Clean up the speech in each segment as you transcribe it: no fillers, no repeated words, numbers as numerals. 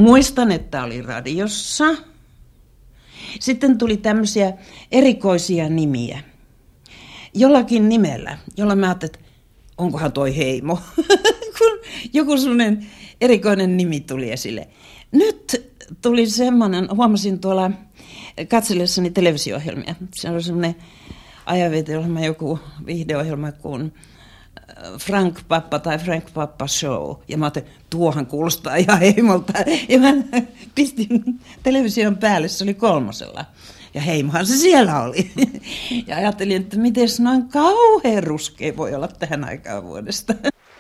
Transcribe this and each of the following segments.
Muistan, että oli radiossa. Sitten tuli tämmöisiä erikoisia nimiä. Jollakin nimellä, jolla mä ajattelin, että onkohan toi Heimo, kun joku sellainen erikoinen nimi tuli esille. Nyt tuli semmoinen, huomasin tuolla katsellessani televisio-ohjelmia. Se oli semmoinen ajanvieteohjelma, joku viihdeohjelma kuin Frank Pappa Show. Ja mä ajattelin, tuohan kuulostaa ihan Heimolta. Ja mä pistin television päälle, se oli 3. Ja Heimohan se siellä oli. Ja ajattelin, että miten noin kauhean ruskea voi olla tähän aikaan vuodesta.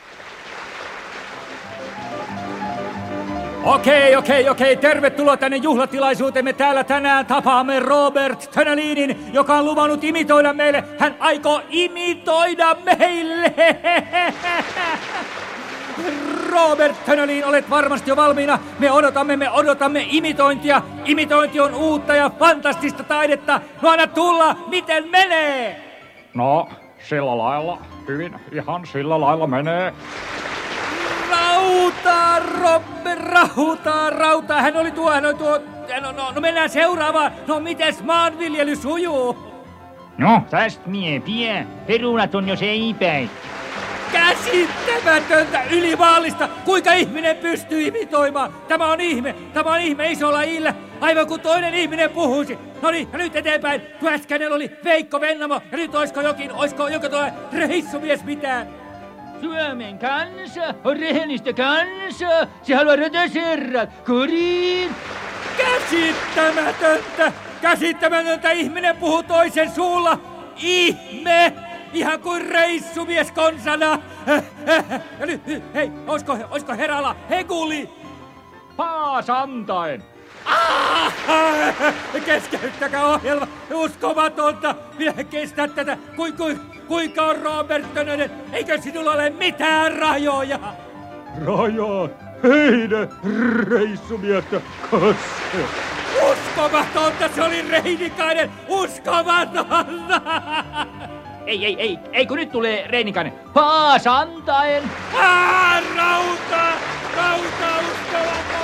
Okei. Tervetuloa tänne juhlatilaisuutemme. Täällä tänään tapaamme Robert Tönälinin, joka on luvannut imitoida meille. Hän aikoo imitoida meille. Robert Tönälin, olet varmasti jo valmiina. Me odotamme imitointia. Imitointi on uutta ja fantastista taidetta. No anna tulla, miten menee? No, sillä lailla. Hyvin, ihan sillä lailla menee. Rautaa. Hän oli tuo. No mennään seuraavaan. No mites maanviljely sujuu? No, tästä mie vie. Perunat on jo seipäin. Käsittämätöntä ylivaallista. Kuinka ihminen pystyy imitoimaan? Tämä on ihme isolla iillä. Aivan kuin toinen ihminen puhuisi. No niin, ja nyt eteenpäin. Tuo äskeinen oli Veikko Vennamo. Ja nyt oisko tuo reissumies mitään? Suomen kansa on rehellistä kansaa. Se haluaa rötöserrat. Kuriin! Käsittämätöntä ihminen puhuu toisen suulla. Ihme! Ihan kuin reissumies konsana. Ja nyt, hei, oisko herralla Heguli? Paasantain. Keskeyttäkää ohjelma. Uskomatonta. Minä en kestä tätä. Kuinka on Robert Tönönen? Eikö sinulla ole mitään rajoja? Rajat? Heine reissumiestä kanssa. Uskomatonta, se oli Reinikainen. Uskomatonta. Ei, kun nyt tulee Reinikainen. Paasantain. Rauta, uskomatonta.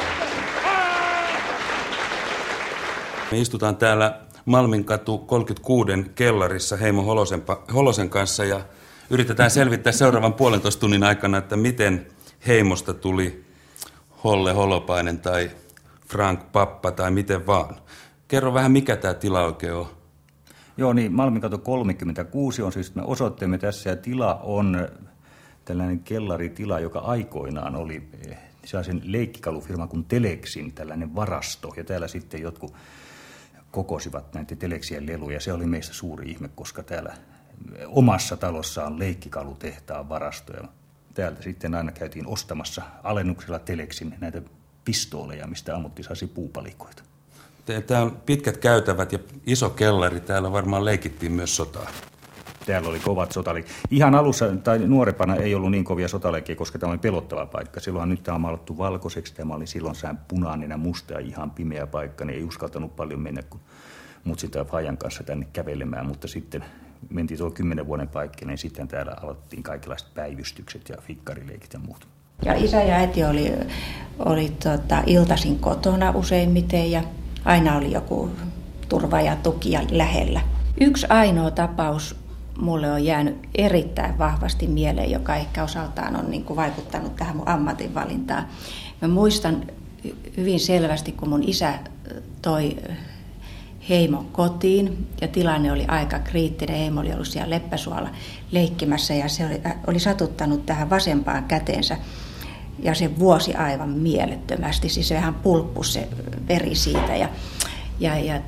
Me istutaan täällä Malminkatu 36 kellarissa Heimo Holosen kanssa ja yritetään selvittää seuraavan 1,5 tunnin aikana, että miten Heimosta tuli Holle Holopainen tai Frank Pappa tai miten vaan. Kerro vähän, mikä tämä tila oikein on. Joo, niin Malminkatu 36 on siis me osoitteemme tässä ja tila on tällainen kellaritila, joka aikoinaan oli sellaisen leikkikalufirman kuin Telexin tällainen varasto ja täällä sitten jotkut kokosivat näitä Teleksien leluja. Se oli meistä suuri ihme, koska täällä omassa talossa on leikkikalutehtaan varastoja. Täältä sitten aina käytiin ostamassa alennuksella Teleksin näitä pistooleja, mistä ammuttiin saisi puupalikoita. Täällä on pitkät käytävät ja iso kellari. Täällä varmaan leikittiin myös sotaa. Täällä oli kovat sotaleikit. Ihan alussa tai nuorempana ei ollut niin kovia sotaleikkiä, koska tämä oli pelottava paikka. Silloinhan nyt tämä on maalattu valkoiseksi. Tämä oli silloin sään punainen ja musta ja ihan pimeä paikka. Niin ei uskaltanut paljon mennä, kun mutsin tai fajan kanssa tänne kävelemään. Mutta sitten mentiin tuo 10 vuoden paikka, niin sitten täällä aloittiin kaikenlaiset päivystykset ja fikkarileikit ja muut. Ja isä ja äiti oli iltaisin kotona useimmiten ja aina oli joku turva ja tuki lähellä. Yksi ainoa tapaus mulle on jäänyt erittäin vahvasti mieleen, joka ehkä osaltaan on niin kuin vaikuttanut tähän mun ammatinvalintaan. Mä muistan hyvin selvästi, kun mun isä toi Heimo kotiin ja tilanne oli aika kriittinen. Heimo oli ollut siellä Leppäsuolla leikkimässä ja se oli satuttanut tähän vasempaan käteensä ja se vuosi aivan mielettömästi. Siis se vähän pulppui se veri siitä ja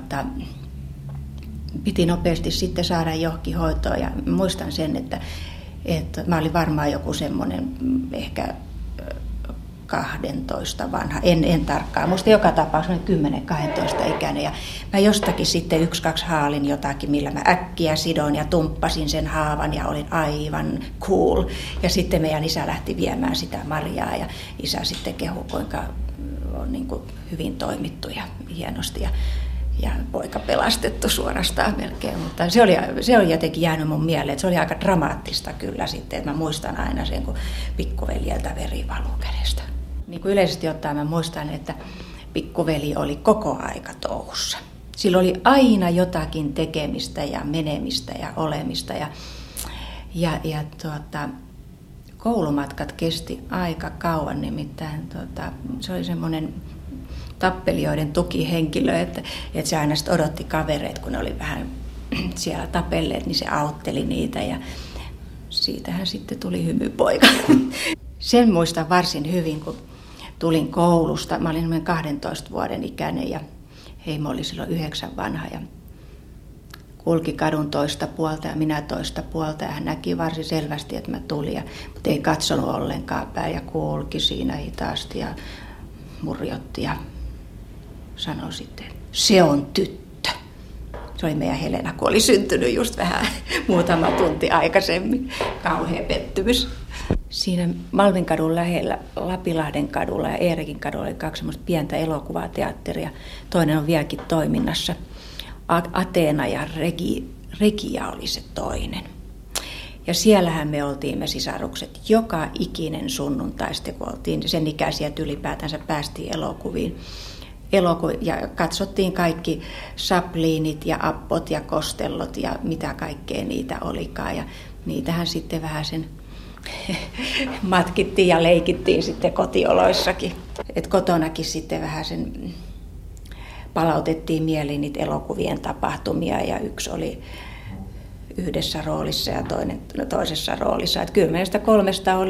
piti nopeasti sitten saada johonkin hoitoon ja muistan sen, että mä olin varmaan joku semmoinen ehkä 12 vanha, en tarkkaan. Musta joka tapauksessa 10-12 ikäinen ja mä jostakin sitten 1-2 haalin jotakin, millä mä äkkiä sidon ja tumppasin sen haavan ja olin aivan cool. Ja sitten meidän isä lähti viemään sitä marjaa ja isä sitten kehui, kuinka on niin kuin hyvin toimittu ja hienosti ja poika pelastettu suorastaan melkein, mutta se oli jotenkin jäänyt mun mieleen, että se oli aika dramaattista kyllä sitten, että mä muistan aina sen, kun pikkuveljeltä veri valuu kädestä. Niin kuin yleisesti ottaen mä muistan, että pikkuveli oli koko aika touhussa. Sillä oli aina jotakin tekemistä ja menemistä ja olemista. Koulumatkat kesti aika kauan, nimittäin se oli semmoinen tappelijoiden tukihenkilö, että se aina sitten odotti kavereet, kun ne oli vähän siellä tapelleet, niin se autteli niitä ja siitähän sitten tuli hymypoika. Sen muistan varsin hyvin, kun tulin koulusta. Mä olin 12 vuoden ikäinen ja Heimo oli silloin 9 vanha ja kulki kadun toista puolta ja minä toista puolta ja hän näki varsin selvästi, että mä tulin, mutta ei katsonut ollenkaan päin ja kulki siinä hitaasti ja murjotti ja sanoi sitten, se on tyttö. Se oli meidän Helena, kun oli syntynyt just vähän muutama tunti aikaisemmin. Kauhea pettymys. Siinä Malminkadun lähellä, Lapilahden kadulla ja Eerikin kadulla oli 2 semmoista pientä elokuvateatteria. Toinen on vieläkin toiminnassa. Ateena ja Regia oli se toinen. Ja siellähän me oltiin me sisarukset joka ikinen sunnuntai, kun oltiin sen ikäisiä, että ylipäätänsä päästiin elokuviin. Ja katsottiin kaikki Chaplinit ja Appot ja Kostellot ja mitä kaikkea niitä olikaan. Ja niitähän sitten vähän sen matkittiin ja leikittiin sitten kotioloissakin. Et kotonakin sitten vähän sen palautettiin mieliin niitä elokuvien tapahtumia ja yksi oli yhdessä roolissa ja toinen toisessa roolissa. Et kyllä meistä 3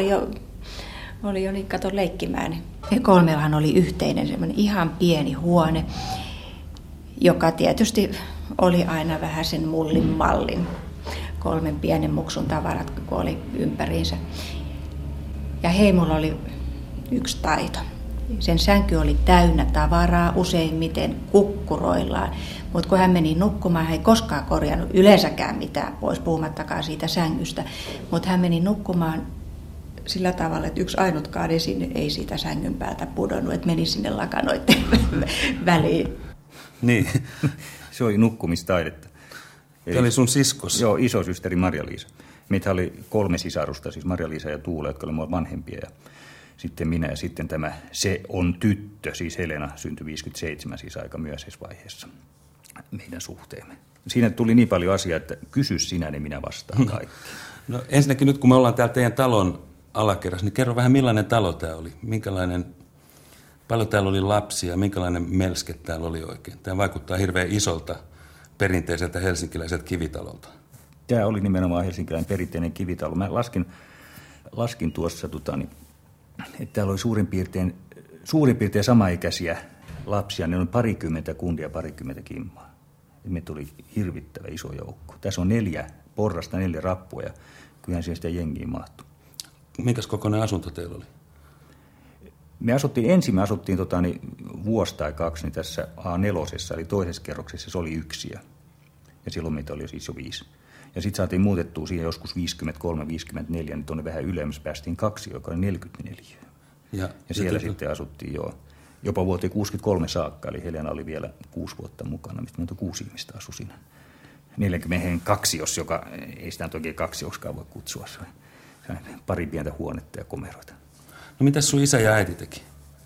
oli jo niin kato leikkimään. Me 3:llahan oli yhteinen semmoinen ihan pieni huone, joka tietysti oli aina vähän sen mullin mallin. 3 pienen muksun tavarat, kun oli ympäriinsä. Ja Heimolla oli yksi taito. Sen sänky oli täynnä tavaraa, useimmiten kukkuroillaan. Mutta kun hän meni nukkumaan, hän ei koskaan korjannut yleensäkään mitään pois, puhumattakaan siitä sängystä. Mutta hän meni nukkumaan sillä tavalla, että yksi ainutkaan esine ei siitä sängyn päältä pudonnut, että meni sinne lakanoiden väliin. Niin, se oli nukkumistaidetta. Tämä oli sun siskos? Joo, isosysteri Marja-Liisa. Meitä oli 3 sisarusta, siis Marja-Liisa ja Tuula, jotka olivat vanhempia. Ja sitten minä ja sitten tämä Se on tyttö, siis Helena, syntyi 57, siis aika myöhäisessä vaiheessa meidän suhteemme. Siinä tuli niin paljon asiaa, että kysy sinä, niin minä vastaan kaikki. No ensinnäkin nyt, kun me ollaan täällä teidän talon alakerrassa, niin kerro vähän, millainen talo tämä oli? Paljon täällä oli lapsia, minkälainen melske täällä oli oikein? Tämä vaikuttaa hirveän isolta perinteiseltä helsinkiläiseltä kivitalolta. Tämä oli nimenomaan helsinkiläinen perinteinen kivitalo. Mä laskin tuossa, että täällä oli suurin piirtein samaikäisiä lapsia. Ne oli 20 kundia, 20 kimmaa. Meitä tuli hirvittävä iso joukko. Tässä on 4 porrasta, 4 rappua ja kyllähän siihen sitä jengiä mahtui. Minkäs kokoinen asunto teillä oli? Me asuttiin vuosi tai 2 niin tässä A4, eli toisessa kerroksessa se oli 1. Ja silloin meitä oli siis jo 5. Ja sitten saatiin muutettua siihen joskus 53-54, niin tuonne vähän ylemmäs päästiin 2, joka oli 44. Ja siellä sitten asuttiin jopa vuoteen 63 saakka, eli Helena oli vielä 6 vuotta mukana, mistä meitä 6 ihmistä asui siinä. 42, joka ei sitä oikein 2 voi kutsua, se pari pientä huonetta ja komeroita. No mitäs sun isä ja äiti teki?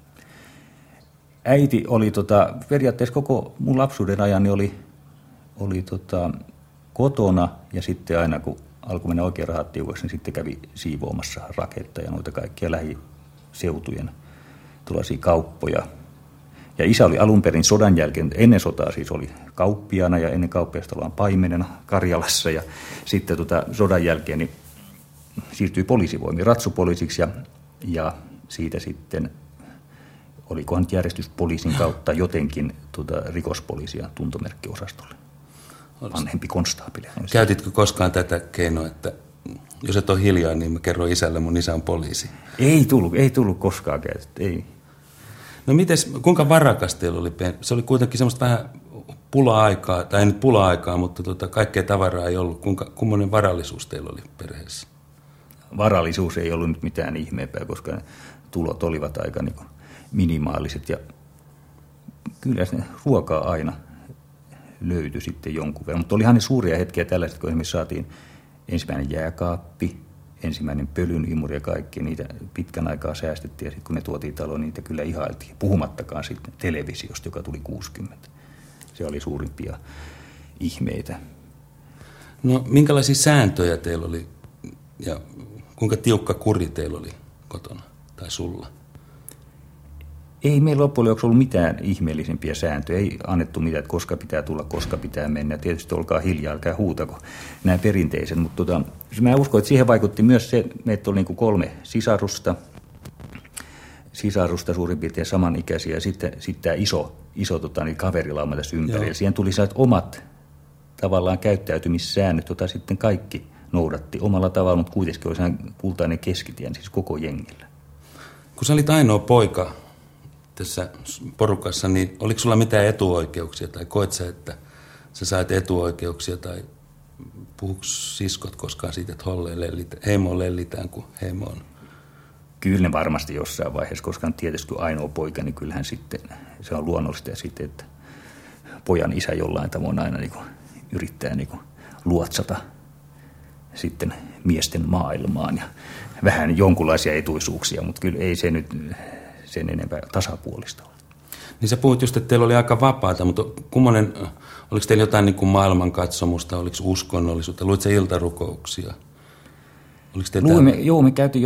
Äiti oli periaatteessa koko mun lapsuuden ajan niin oli kotona ja sitten aina kun alkoi mennä oikein rahat tiukaksi, niin sitten kävi siivoamassa raketta ja noita kaikkia lähiseutujen tuollaisia kauppoja. Ja isä oli alun perin sodan jälkeen, ennen sotaa siis oli kauppiaana ja ennen kauppiasta ollaan paimenena Karjalassa ja sitten sodan jälkeen niin siirtyi poliisivoimiin ratsupoliisiksi ja siitä sitten olikohan järjestyspoliisin kautta jotenkin rikospoliisia tuntomerkkiosastolle. Vanhempi konstaapeli. Käytitkö koskaan tätä keinoa, että jos et ole hiljaa, niin mä kerron isälle, mun isä on poliisi? Ei tullut koskaan käytetty, ei. No kuinka varakas teillä oli? Se oli kuitenkin semmoista vähän pula-aikaa, tai ei nyt pula-aikaa, mutta kaikkea tavaraa ei ollut. Kummoinen varallisuus teillä oli perheessä? Varallisuus ei ollut nyt mitään ihmeempää, koska ne tulot olivat aika niin kuin minimaaliset ja kyllä se ruokaa aina löytyi sitten jonkun verran. Mutta olihan ne suuria hetkiä tällaiset, kun esimerkiksi saatiin ensimmäinen jääkaappi, ensimmäinen pölyn imuri ja kaikki, niitä pitkän aikaa säästettiin ja sitten kun ne tuotiin taloon, niitä kyllä ihailtiin. Puhumattakaan sitten televisiosta, joka tuli 60. Se oli suurimpia ihmeitä. No minkälaisia sääntöjä teillä oli ja kuinka tiukka kuri teillä oli kotona tai sulla? Ei meillä loppujen lopuksi ollut mitään ihmeellisempiä sääntöjä. Ei annettu mitään, että koska pitää tulla, koska pitää mennä. Tietysti olkaa hiljaa, älkää huutako nämä perinteiset. Mutta mä uskon, että siihen vaikutti myös se, että oli niin kuin 3 sisarusta suurin piirtein samanikäisiä. Ja sitten tämä iso niin kaverilauma tässä ympärillä. Siihen tuli sellaiset omat tavallaan käyttäytymissäännöt, jota sitten kaikki noudatti omalla tavalla, mutta kuitenkin oli sellainen kultainen keskitien, siis koko jengillä. Kun sä olit ainoa poika tässä porukassa, niin oliko sulla mitään etuoikeuksia tai koet sä, että sä sait etuoikeuksia tai puhuuko siskot koskaan siitä, että heimoon lellitään, kun heimo on? Kyllä ne varmasti jossain vaiheessa, koska tietysti kun ainoa poika, niin kyllähän sitten se on luonnollista ja sitten, että pojan isä jollain tavoin aina niin kuin yrittää niin kuin luotsata sitten miesten maailmaan ja vähän jonkunlaisia etuisuuksia, mutta kyllä ei se nyt sen enempää tasapuolista ole. Niin sä puhuit just, että teillä oli aika vapaata, mutta oliko teillä jotain niin kuin maailmankatsomusta, oliko uskonnollisuutta, luit sä iltarukouksia? Me käytiin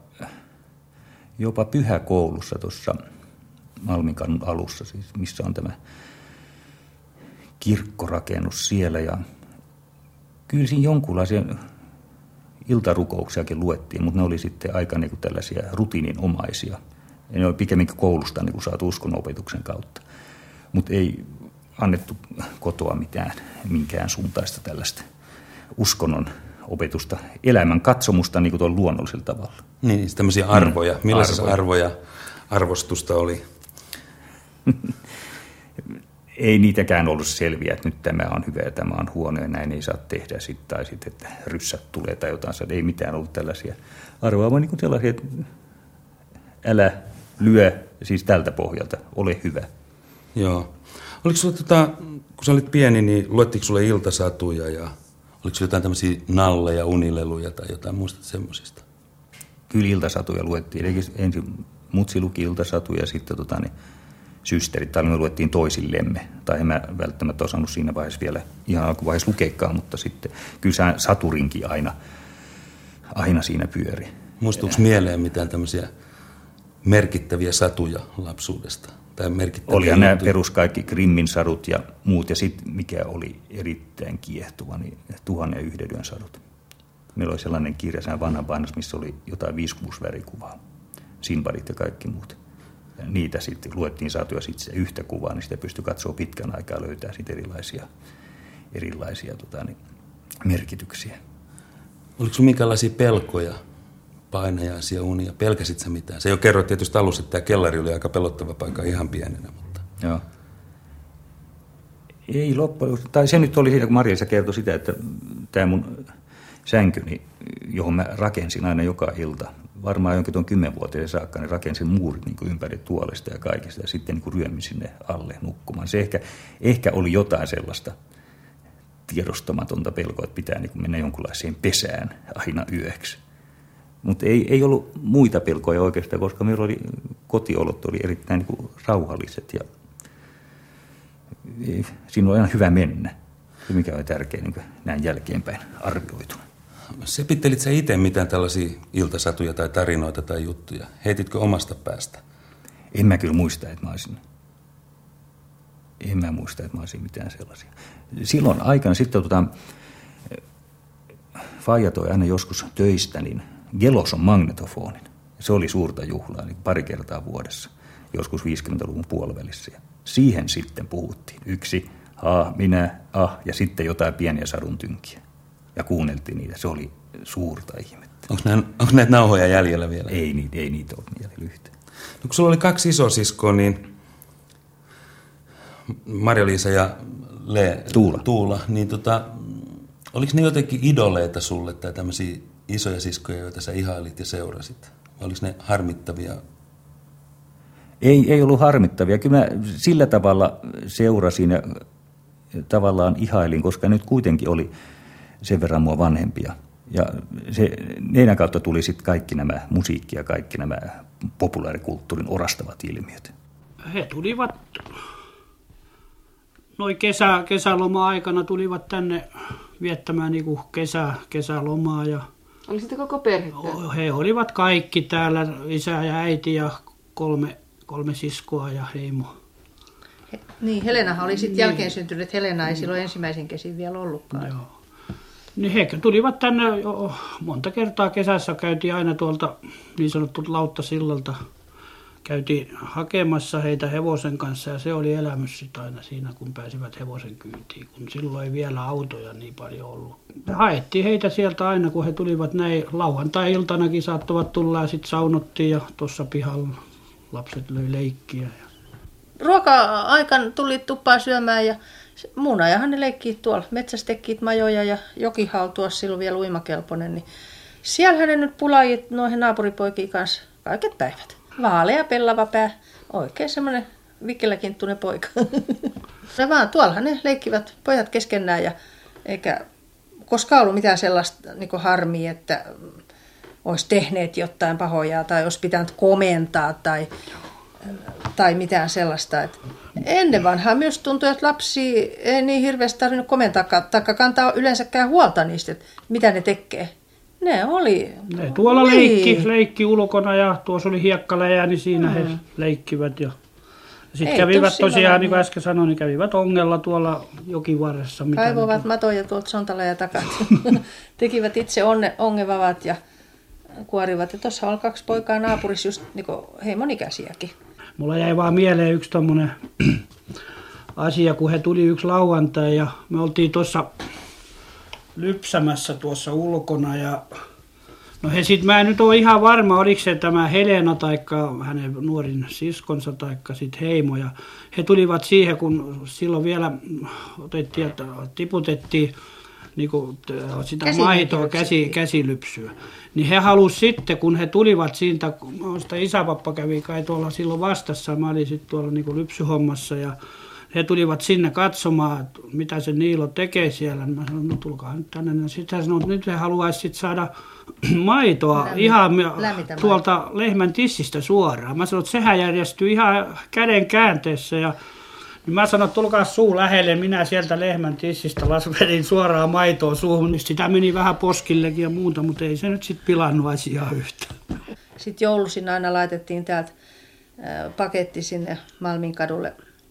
jopa pyhäkoulussa tuossa Malminkadun alussa, siis missä on tämä kirkkorakennus siellä ja kyllä siinä jonkunlaisia iltarukouksiakin luettiin, mutta ne oli sitten aika niin kuin tällaisia rutiininomaisia. Ja ne oli pikemminkin koulusta niin kuin saatu uskonnonopetuksen kautta. Mutta ei annettu kotoa minkään suuntaista tällaista uskonnon opetusta, elämän katsomusta niin kuin tuolla luonnollisella tavalla. Niin, tämmöisiä arvoja. Millaisia arvoja arvostusta oli? Ei niitäkään ollut selviä, että nyt tämä on hyvä ja tämä on huono ja näin ei saa tehdä sitten, tai sitten, että ryssät tulee tai jotain. Ei mitään ollut tällaisia arvoja, vaan niin kuin sellaisia, että älä lyö, siis tältä pohjalta, ole hyvä. Joo. Oliko sulla, kun sä olit pieni, niin luettiinko sulle iltasatuja ja oliko sulla jotain tämmöisiä nalleja, unileluja tai jotain muista semmoisista? Kyllä iltasatuja luettiin. Eli ensin mutsi luki iltasatuja ja sitten systerit, tai me luettiin toisillemme. Tai en mä välttämättä osannut siinä vaiheessa vielä ihan alkuvaiheessa lukeekaan, mutta sitten kyllä saturinki aina siinä pyöri. Muistuuko mieleen mitään tämmöisiä merkittäviä satuja lapsuudesta? Olihan nämä perus kaikki Grimmin sadut ja muut, ja sitten mikä oli erittäin kiehtova, niin 1001 yön sadut. Meillä oli sellainen kirja, sehän vanha painos, missä oli jotain 5-6 värikuvaa, Sinbadit ja kaikki muut. Ja niitä sitten luettiin satuja sitten se yhtä kuvaa, niin sitä pystyi katsoa pitkän aikaa löytää sitten erilaisia merkityksiä. Oliko sinulla minkälaisia pelkoja, painajaisia unia? Pelkäsit sä mitään? Se jo kerroit tietysti alussa, että tämä kellari oli aika pelottava paikka ihan pienenä. Mutta... Joo. Ei loppujen, tai se nyt oli siitä, kun Marja kertoi sitä, että tämä mun sänkyni, johon mä rakensin aina joka ilta, varmaan jonkin tuon 10-vuotiaiden saakka, niin rakensin muurit niin kuin ympäri tuolesta ja kaikesta ja sitten niin kuin ryömin sinne alle nukkumaan. Se ehkä oli jotain sellaista tiedostamatonta pelkoa, että pitää niin kuin mennä jonkunlaiseen pesään aina yöksi. Mutta ei ollut muita pelkoja oikeastaan, koska meillä oli kotiolot oli erittäin niin kuin rauhalliset ja siinä oli aina hyvä mennä, mikä oli tärkeä niin kuin näin jälkeenpäin arvioituna. Sepittelit sä itse mitään tällaisia iltasatuja tai tarinoita tai juttuja? Heititkö omasta päästä? En mä kyllä muista, että mä olisin mitään sellaisia. Silloin aikana sitten faija toi aina joskus töistä, niin Geloson magnetofonin. Se oli suurta juhlaa, niin pari kertaa vuodessa, joskus 50-luvun puolivälissä. Ja siihen sitten puhuttiin. Yksi, minä, ja sitten jotain pieniä saduntynkiä. Ja kuunneltiin niitä. Se oli suurta ihmettä. Onko näitä nauhoja jäljellä vielä? Ei niitä ole jäljellä yhtään. No, kun sulla oli 2 isosiskoa, niin Marja-Liisa ja Tuula niin oliko ne jotenkin idoleita sulle tai tämmöisiä isoja siskoja, joita sä ihailit ja seurasit? Vai oliko ne harmittavia? Ei ollut harmittavia. Kyllä mä sillä tavalla seurasin ja tavallaan ihailin, koska nyt kuitenkin oli sen verran mua vanhempia Ja neidän kautta tuli sitten kaikki nämä musiikki ja kaikki nämä populaarikulttuurin orastavat ilmiöt. He tulivat noin kesäloma-aikana tulivat tänne viettämään niinku kesälomaa. Ja oli sitten koko perhe? He olivat kaikki täällä, isä ja äiti ja kolme siskoa ja heimo. Niin, Helenahan oli sitten jälkeen syntynyt. Helena ei silloin ensimmäisen kesin vielä ollutkaan. Joo. Niin he tulivat tänne monta kertaa kesässä. Käytiin aina tuolta niin sanottu Lauttasillalta. Käytiin hakemassa heitä hevosen kanssa ja se oli elämys sit aina siinä, kun pääsivät hevosen kyytiin. Kun silloin ei vielä autoja niin paljon ollut. Haettiin heitä sieltä aina, kun he tulivat näin. Lauantai-iltanakin saattavat tulla ja sitten saunottiin ja tuossa pihalla lapset löi leikkiä. Ruoka-aikan tuli tuppaa syömään ja muun ajanhan ne leikkii tuolla. Metsästekkiit majoja ja jokihan tuossa silloin vielä uimakelpoinen. Niin siellähän ne nyt pulaajit noihin naapuripoikiin kanssa kaiket päivät. Vaalea pellava pää, oikein semmoinen vikkeläkinttuinen poika. Ja vaan tuollahan ne leikkivät pojat keskenään ja eikä koskaan ollut mitään sellaista niin harmia, että olisi tehneet jotain pahoja tai olisi pitänyt komentaa tai mitään sellaista. Että ennen vanhaa myös tuntui, että lapsi ei niin hirveästi tarvinnut komentaa tai kantaa yleensäkään huolta niistä, että mitä ne tekee. Ne tuolla leikki ulkona ja tuossa oli hiekkaläjä, niin siinä he leikkivät. Ja sitten kävivät tosiaan, niin kuin äsken sanoin, niin kävivät ongella tuolla jokivarressa. Kaivoivat matoja tuolta sontaläjä takaa. Tekivät itse ongevavat ja kuorivat. Ja tuossa oli 2 poikaa naapurissa just niin heimonikäisiäkin. Mulla jäi vaan mieleen yksi tommonen asia, kun he tuli yksi lauantai ja me oltiin tuossa lypsämässä tuossa ulkona ja no mä en nyt ole ihan varma, oliko se tämä Helena taikka hänen nuorin siskonsa taikka sitten heimo ja he tulivat siihen, kun silloin vielä otettiin ja tiputettiin niin kuin sitä maitoa, käsilypsyä. Niin he halusivat sitten, kun he tulivat siitä, sitä isäpappa kävi kai tuolla silloin vastassa, mä olin sitten tuolla niin kuin lypsyhommassa ja he tulivat sinne katsomaan, että mitä se Niilo tekee siellä. Mä sanoin, no tulkaa nyt tänne. Sitten hän sanoi, että nyt he haluaisivat sitten saada maitoa ihan tuolta lehmän tissistä suoraan. Mä sanoin, että sehän järjestyy ihan käden käänteessä. Ja niin mä sanoin, että tulkaa suu lähelle. Minä sieltä lehmän tissistä vedin suoraan maitoa suuhun. Niin sitä meni vähän poskillekin ja muuta, mutta ei se nyt sitten pilannut asiaa yhtään. Sitten joulusin aina laitettiin täältä paketti sinne Malminkadulle.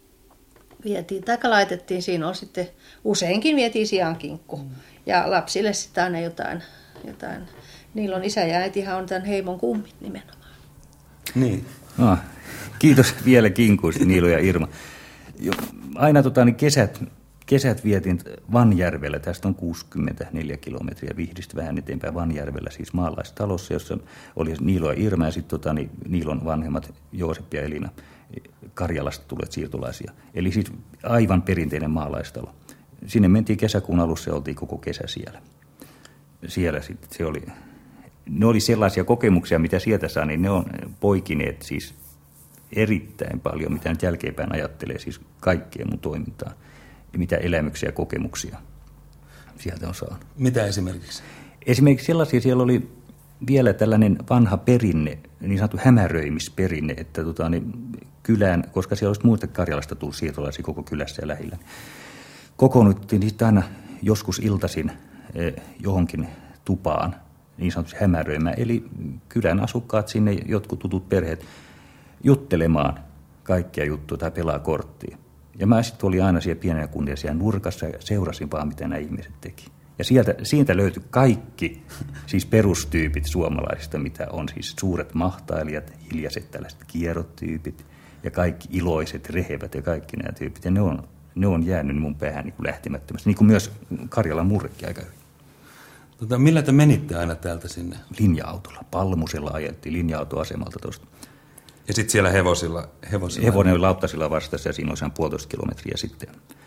Laitettiin, siinä on sitten, useinkin vietiin siankinkku. Ja lapsille sitten aina jotain. Niillä on isä ja äitihän on tämän heimon kummit nimenomaan. Niin. Kiitos vielä kinkuista, Niilo ja Irma. Aina niin kesät vietin Vanjärvellä, tästä on 64 kilometriä Vihdistä vähän eteenpäin Vanjärvellä, siis maalaistalossa, jossa oli Niilo ja Irma ja sitten Niilon vanhemmat Joosep ja Elina. Karjalasta tulleet siirtolaisia. Eli siis aivan perinteinen maalaistalo. Sinne mentiin kesäkuun alussa ja oltiin koko kesä siellä. Siellä sitten ne oli sellaisia kokemuksia, mitä sieltä saa, niin ne on poikineet siis erittäin paljon, mitä nyt jälkeenpäin ajattelee, siis kaikkea mun toimintaa. Ja mitä elämyksiä ja kokemuksia sieltä on saanut. Mitä esimerkiksi? Esimerkiksi sellaisia, siellä oli vielä tällainen vanha perinne, niin sanottu hämäröimisperinne, että kylään, koska siellä olisi muista Karjalasta tullut siirtolaisia koko kylässä ja lähellä. Kokoonnuttiin sitten aina joskus iltaisin johonkin tupaan, niin sanotusti hämäröimään. Eli kylän asukkaat sinne, jotkut tutut perheet, juttelemaan kaikkia juttuja tai pelaa korttia. Ja mä sitten olin aina siellä pienenä kunnia siellä nurkassa ja seurasin vaan, mitä nämä ihmiset teki. Ja siitä löytyi kaikki siis perustyypit suomalaisista, mitä on siis suuret mahtailijat, hiljaiset tällaiset kierrotyypit ja kaikki iloiset, rehevät ja kaikki nämä tyypit. Ja ne on jäänyt mun päähän niin kuin lähtemättömästi, niin kuin myös Karjalan murrekin aika hyvin. Millä te menitte aina täältä sinne? Linja-autolla. Palmusella ajettiin linja-autoasemalta tuosta. Ja sitten siellä hevosilla? Hevonen oli Lauttasilla vastassa ja siinä oli 1,5 kilometriä sitten.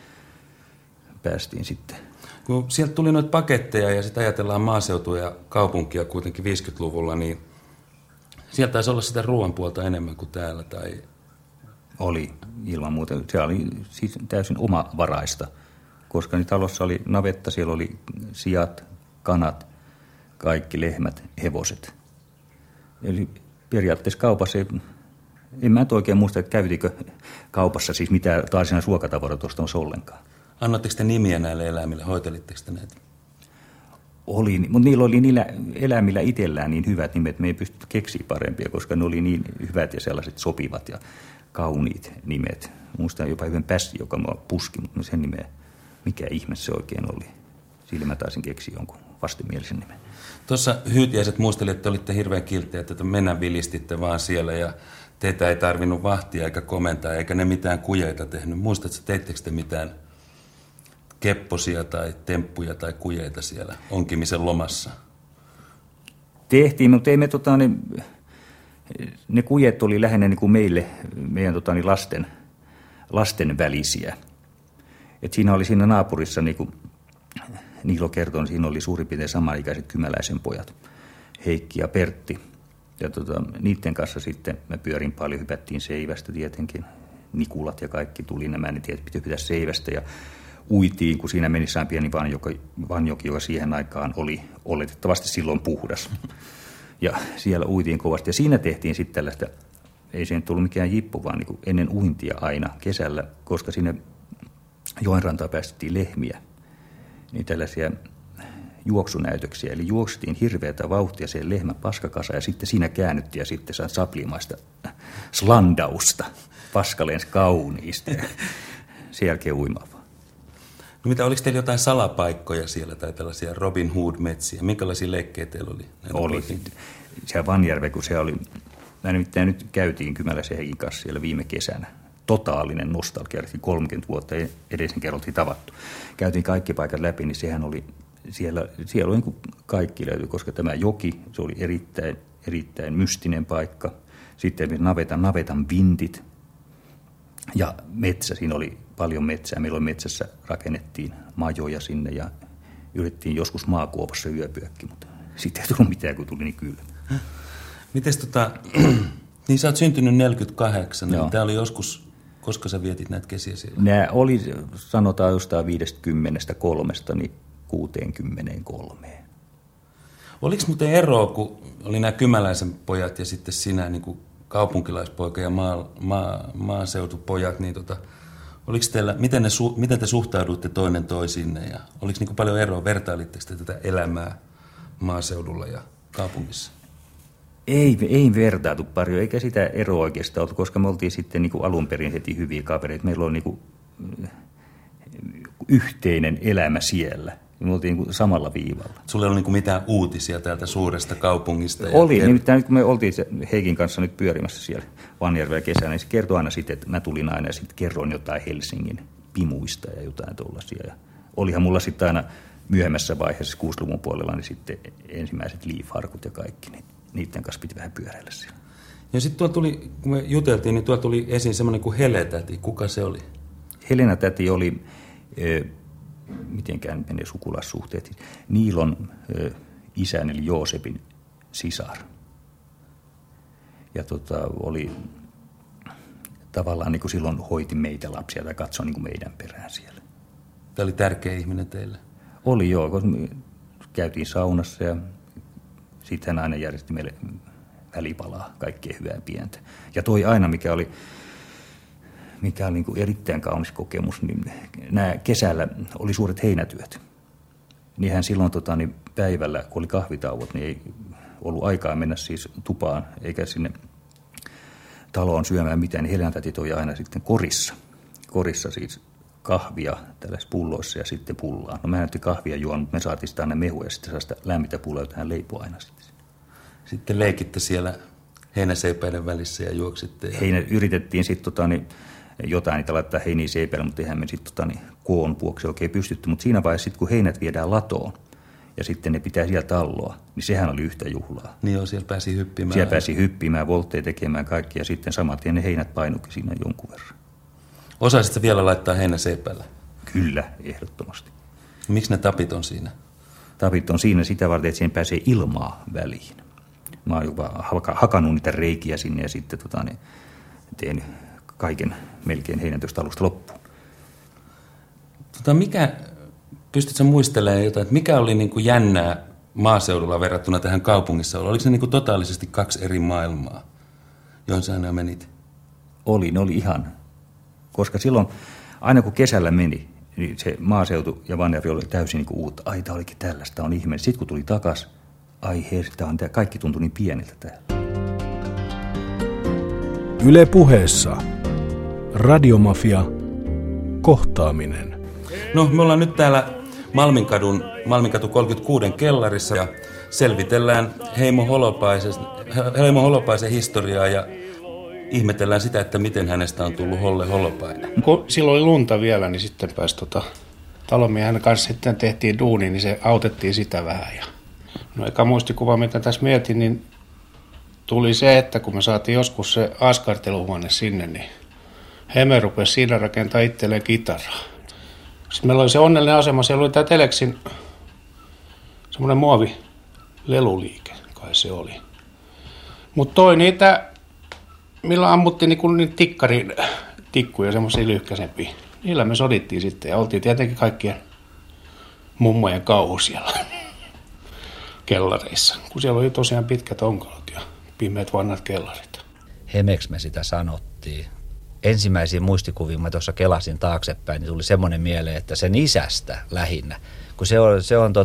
Päästiin sitten. Kun sieltä tuli noita paketteja ja sitten ajatellaan maaseutua ja kaupunkia kuitenkin 50-luvulla, niin sieltä taisi olla sitä ruoan puolta enemmän kuin täällä, tai? Oli ilman muuta. Se oli siis täysin omavaraista, koska niin talossa oli navetta, siellä oli siat, kanat kaikki lehmät, hevoset. Eli periaatteessa kaupassa en mä oikein muista, että käytikö kaupassa siis mitään taasina ruokatavaroita ostamassa ollenkaan. Annoitteko te nimiä näille eläimille? Hoitelitteko te näitä? Oli, mutta niillä oli niillä eläimillä itsellään niin hyvät nimet, me ei pystytty keksiä parempia, koska ne oli niin hyvät ja sellaiset sopivat ja kauniit nimet. Muistan jopa yhden pässi, joka mua puski, mutta sen nimeä, mikä ihme se oikein oli. Sillä mä taisin keksiä jonkun vastenmielisen nimen. Tuossa Hyytiäiset muisteli, että olitte hirveän kilttejä, että mennä vilistitte vaan siellä ja teitä ei tarvinnut vahtia eikä komentaa, eikä ne mitään kujeita tehnyt. Muistatko, teittekö te mitään kepposia tai temppuja tai kujeita siellä onkimisen lomassa? Tehtiin, mutta ei me ne kujet oli lähinnä niin kuin meidän lasten välisiä. Et siinä oli siinä naapurissa, niin kuin Niilo kertoi, siinä oli suurin piirtein samanikäiset Kymäläisen pojat, Heikki ja Pertti. Ja niiden kanssa sitten mä pyörin paljon, hypättiin seivästä tietenkin. Nikulat ja kaikki tuli nämä, niin piti seivästä ja uitiin, kun siinä meni pieni vanjoki, joka siihen aikaan oli oletettavasti silloin puhdas. Ja siellä uitiin kovasti. Ja siinä tehtiin sitten tällaista, ei se nyt tullut mikään jippu, vaan niin kuin ennen uintia aina kesällä, koska sinne joenrantaan päästettiin lehmiä, niin tällaisia juoksunäytöksiä. Eli juokstiin hirveätä vauhtia siihen lehmän paskakasa ja sitten siinä käännyttiin ja sitten sain saplimaista slandausta, paskaleens kauniista ja sen jälkeen uimaan. No mitä, oliko teillä jotain salapaikkoja siellä tai tällaisia Robin Hood-metsiä? Minkälaisia leikkejä teillä oli? Oli. Siellä Vanjärve, kun se oli, mä nimittäin nyt käytiin Kymäläisen Heikin kanssa siellä viime kesänä. Totaalinen nostalgia, 30 vuotta edellisen kerran oltiin tavattu. Käytiin kaikki paikat läpi, niin sehän oli, siellä oli niin kuin kaikki löytyi, koska tämä joki, se oli erittäin mystinen paikka. Sitten navetan vintit ja metsä, siinä oli paljon metsää. Meillä oli metsässä, rakennettiin majoja sinne ja yritettiin joskus maakuopassa yöpyäkin, mutta sitten ei tullut mitään, kun tuli niin kylmä. Mites niin sä oot syntynyt 48, niin tää oli joskus, koska sä vietit näitä kesiä siellä? Nämä oli, sanotaan jostain 53 niin 63. Oliko muuten eroa, kun oli nämä Kymäläisen pojat ja sitten sinä niin kuin kaupunkilaispoika ja maaseutupojat, niin oliko teillä, miten te suhtauduitte toinen toisiinne ja oliko niin kuin paljon eroa, vertailitteko te tätä elämää maaseudulla ja kaupungissa? Ei vertailtu paljon, eikä sitä eroa oikeastaan ollut, koska me oltiin sitten niin kuin alun perin heti hyviä kavereita. Meillä on niin kuin yhteinen elämä siellä. Me oltiin niin kuin samalla viivalla. Sulla ei ollut niin kuin mitään uutisia täältä suuresta kaupungista? Oli, nimittäin kun me oltiin Heikin kanssa nyt pyörimässä siellä Vanjärvellä kesänä, niin se kertoi aina sitten, että mä tulin aina ja sitten kerroin jotain Helsingin pimuista ja jotain tuollaisia. Ja olihan mulla sitten aina myöhemmässä vaiheessa 60-luvun puolella niin sitten ensimmäiset liifarkut ja kaikki, niin niiden kanssa piti vähän pyöräillä siellä. Ja sitten tuolla tuli, kun me juteltiin, niin tuolla tuli esiin semmoinen kuin Hele-täti. Kuka se oli? Helena-täti oli, mitenkään menee sukulaissuhteet, Niilon isän eli Joosepin sisar. Ja oli tavallaan niin kuin silloin hoiti meitä lapsia tai katsoi niin kuin meidän perään siellä. Tämä oli tärkeä ihminen teille? Oli joo, kun käytiin saunassa ja sitten hän aina järjesti meille välipalaa, kaikkea hyvää pientä. Ja toi aina, mikä oli niin kuin erittäin kaunis kokemus, niin nämä kesällä oli suuret heinätyöt. Niin hän silloin päivällä, kun oli kahvitauot, niin ei ollut aikaa mennä siis tupaan eikä sinne taloon syömään mitään. Niin Helena-täti toi aina sitten korissa siis kahvia tällaisissa pulloissa ja sitten pullaa. No mä en nyt kahvia juon, mutta me saatiin sitä aina mehua ja sitten saa sitä lämmintä pullaa, jota hän leipoi aina sitten. Sitten leikitte siellä heinäseipäiden välissä ja juoksitte. Yritettiin sitten jotain niitä laittaa heiniä seipäille, mutta eihän me sitten koon vuoksi oikein pystytty. Mutta siinä vaiheessa sitten kun heinät viedään latoon ja sitten ne pitää sieltä alloa, niin sehän oli yhtä juhlaa. Niin joo, siellä pääsi hyppimään. Siellä pääsi hyppimään, voltteja tekemään kaikkia ja sitten saman tien ne heinät painuikin siinä jonkun verran. Osaisitko vielä laittaa heinäseipäillä? Kyllä, ehdottomasti. Miksi ne tapit on siinä? Tapit on siinä sitä varten, että siihen pääsee ilmaa väliin. Mä oon jopa hakannut niitä reikiä sinne ja sitten tein kaiken melkein heinätöstä alusta loppuun. Pystytkö muistelemaan jotain, että mikä oli niin kuin jännää maaseudulla verrattuna tähän kaupungissa? Oliko se niin kuin totaalisesti 2 eri maailmaa, joihin sä aina menit? Ne oli ihan. Koska silloin, aina kun kesällä meni, niin se maaseutu ja Vanjärvi oli täysin niin kuin uutta. Ai, tämä olikin tällaista, on ihme. Sitten kun tuli takas, kaikki tuntui niin pieneltä täällä. Yle Puheessa. Radiomafia. Kohtaaminen. No, me ollaan nyt täällä Malminkatu 36 kellarissa ja selvitellään Heimo Holopaisen historiaa ja ihmetellään sitä, että miten hänestä on tullut Holle Holopainen. Kun silloin oli lunta vielä, niin sitten pääsi talonmiehen kanssa sitten tehtiin duuni, niin se autettiin sitä vähän. No eka muistikuva, mitä tässä mietin, niin tuli se, että kun me saatiin joskus se askarteluhuone sinne, niin Heme rupesi siinä rakentaa itselleen kitaraa. Sitten meillä oli se onnellinen asema, siellä oli tämä Teleksin semmoinen muovileluliike, kai se oli. Mutta toi niitä, millä ammuttiin niin tikkarin tikkuja, semmoisia lyhkäisempiä. Niillä me sodittiin sitten ja oltiin tietenkin kaikkien mummojen kauhu siellä kellareissa. Kun siellä oli tosiaan pitkät onkalot ja pimeät vanhat kellarit. Hemeksi me sitä sanottiin. Ensimmäisiä muistikuvia, mä tuossa kelasin taaksepäin, niin tuli semmoinen mieleen, että sen isästä lähinnä. Kun se on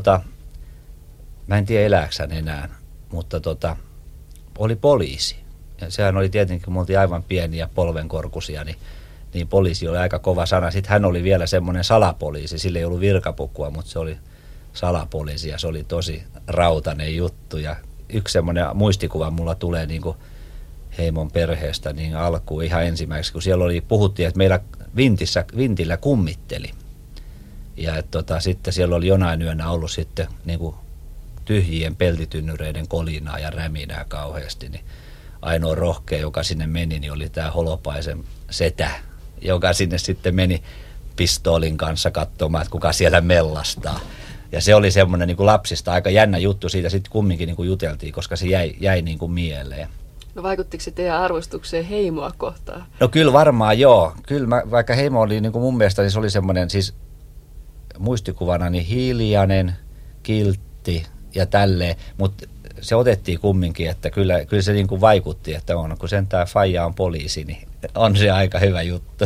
mä en tiedä elääkö hän enää, mutta oli poliisi. Ja sehän oli tietenkin, kun me oltiin aivan pieniä polvenkorkuisia, niin poliisi oli aika kova sana. Sitten hän oli vielä semmoinen salapoliisi, sillä ei ollut virkapukua, mutta se oli salapoliisi ja se oli tosi rautainen juttu. Ja yksi semmoinen muistikuva mulla tulee niin kuin Heimon perheestä niin alkuun ihan ensimmäiseksi, kun siellä puhuttiin, että meillä vintillä kummitteli. Ja sitten siellä oli jonain yönä ollut sitten niin kuin tyhjien peltitynnyreiden kolinaa ja räminää kauheasti, niin ainoa rohkea, joka sinne meni, niin oli tämä Holopaisen setä, joka sinne sitten meni pistoolin kanssa katsomaan, että kuka siellä mellastaa. Ja se oli semmoinen niin kuin lapsista aika jännä juttu, siitä sitten kumminkin niin kuin juteltiin, koska se jäi niin kuin mieleen. No vaikuttiko se teidän arvostukseen Heimoa kohtaan? No kyllä varmaan joo. Kyllä vaikka Heimo oli niin kuin mun mielestä, niin se oli semmoinen siis muistikuvana niin hiljainen, kiltti ja tälleen, mutta se otettiin kumminkin, että kyllä se niin kuin vaikutti, että kun sentään faija on poliisi, niin on se aika hyvä juttu.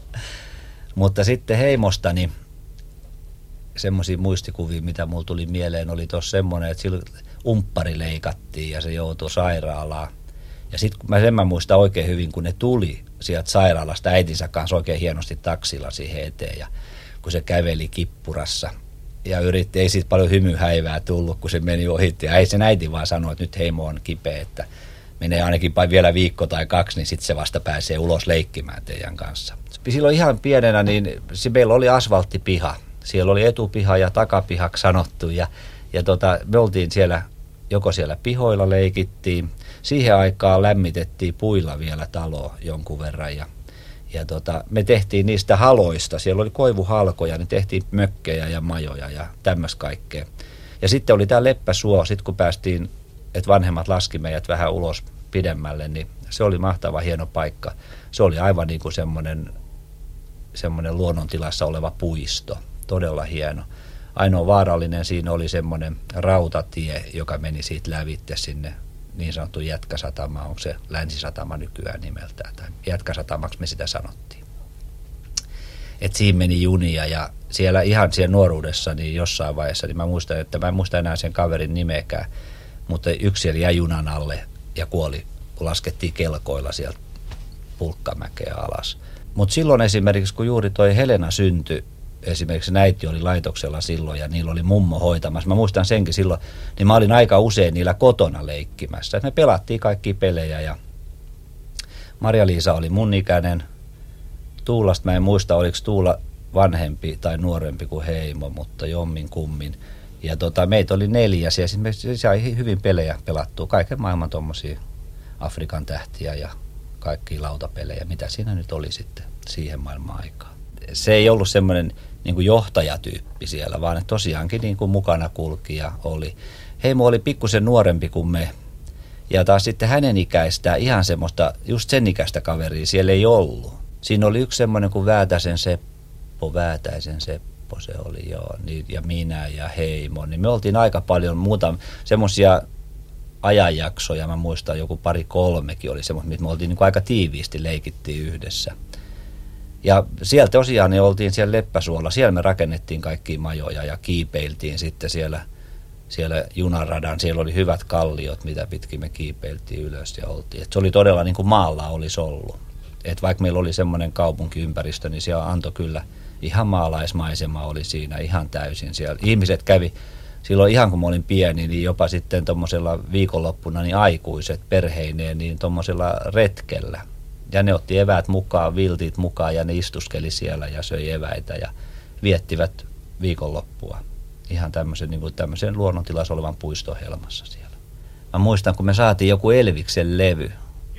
Mutta sitten Heimosta, niin semmoisia muistikuvia, mitä mulla tuli mieleen, oli tuossa semmoinen, että sillä umppari leikattiin ja se joutui sairaalaan. Ja sitten sen mä muistan oikein hyvin, kun ne tuli sieltä sairaalasta äitinsä kanssa oikein hienosti taksilla siihen eteen. Ja kun se käveli kippurassa ja yritti, ei siitä paljon hymyhäivää tullut, kun se meni ohitti. Ja ei sen äiti vaan sanoi, että nyt Heimo on kipeä, että menee ainakin vielä viikko tai 2, niin sitten se vasta pääsee ulos leikkimään teidän kanssa. Silloin ihan pienenä, niin meillä oli asfalttipiha. Siellä oli etupiha ja takapihaksi sanottu ja me oltiin siellä, joko siellä pihoilla leikittiin. Siihen aikaan lämmitettiin puilla vielä taloa jonkun verran ja me tehtiin niistä haloista. Siellä oli koivuhalkoja, niin tehtiin mökkejä ja majoja ja tämmöistä kaikkea. Ja sitten oli tämä Leppäsuo, sitten kun päästiin, että vanhemmat laski meidät vähän ulos pidemmälle, niin se oli mahtava hieno paikka. Se oli aivan niin kuin semmoinen luonnontilassa oleva puisto, todella hieno. Ainoa vaarallinen siinä oli semmoinen rautatie, joka meni siitä lävitte sinne niin sanottu Jätkäsatama, onko se Länsisatama nykyään nimeltään, tai Jätkäsatamaksi me sitä sanottiin. Et siinä meni junia ja siellä ihan siellä nuoruudessa niin jossain vaiheessa, niin mä en muista enää sen kaverin nimeäkään, mutta yksi siellä jäi junan alle ja kuoli, kun laskettiin kelkoilla sieltä Pulkkamäkeä alas. Mutta silloin esimerkiksi, kun juuri toi Helena syntyi, esimerkiksi äiti oli laitoksella silloin ja niillä oli mummo hoitamassa. Mä muistan senkin silloin, niin mä olin aika usein niillä kotona leikkimässä. Et me pelattiin kaikkia pelejä ja Maria-Liisa oli mun ikäinen. Tuulasta mä en muista, oliko Tuula vanhempi tai nuorempi kuin Heimo, mutta jommin kummin. Ja meitä oli 4 ja esimerkiksi sai hyvin pelejä pelattua. Kaiken maailman tommosia Afrikan tähtiä ja kaikkia lautapelejä, mitä siinä nyt oli sitten siihen maailman aikaan. Se ei ollut semmoinen niin kuin johtajatyyppi siellä, vaan tosiaankin niin kuin mukana kulki ja oli. Heimo oli pikkusen nuorempi kuin me. Ja taas sitten hänen ikäistään ihan semmoista, just sen ikäistä kaveria siellä ei ollut. Siinä oli yksi semmoinen kuin Väätäisen Seppo, Seppo se oli, joo, niin, ja minä ja Heimo, niin me oltiin aika paljon muuta semmoisia ajanjaksoja, mä muistan joku 2-3 oli semmoista, missä me oltiin niin kuin aika tiiviisti leikittiin yhdessä. Ja sieltä tosiaan niin oltiin siellä Leppäsuolla, siellä me rakennettiin kaikkia majoja ja kiipeiltiin sitten siellä junaradan, siellä oli hyvät kalliot, mitä pitkin me kiipeiltiin ylös ja oltiin. Et se oli todella niin kuin maalla olisi ollut. Et vaikka meillä oli semmoinen kaupunkiympäristö, niin siellä antoi kyllä ihan maalaismaisema oli siinä ihan täysin siellä. Ihmiset kävi silloin ihan kun mä olin pieni, niin jopa sitten tuommoisella viikonloppuna niin aikuiset perheineen niin tuommoisella retkellä. Ja ne otti eväät mukaan, viltit mukaan ja ne istuskeli siellä ja söi eväitä ja viettivät viikonloppua. Ihan tämmöisen luonnontilassa olevan puiston helmassa siellä. Mä muistan, kun me saatiin joku Elviksen levy.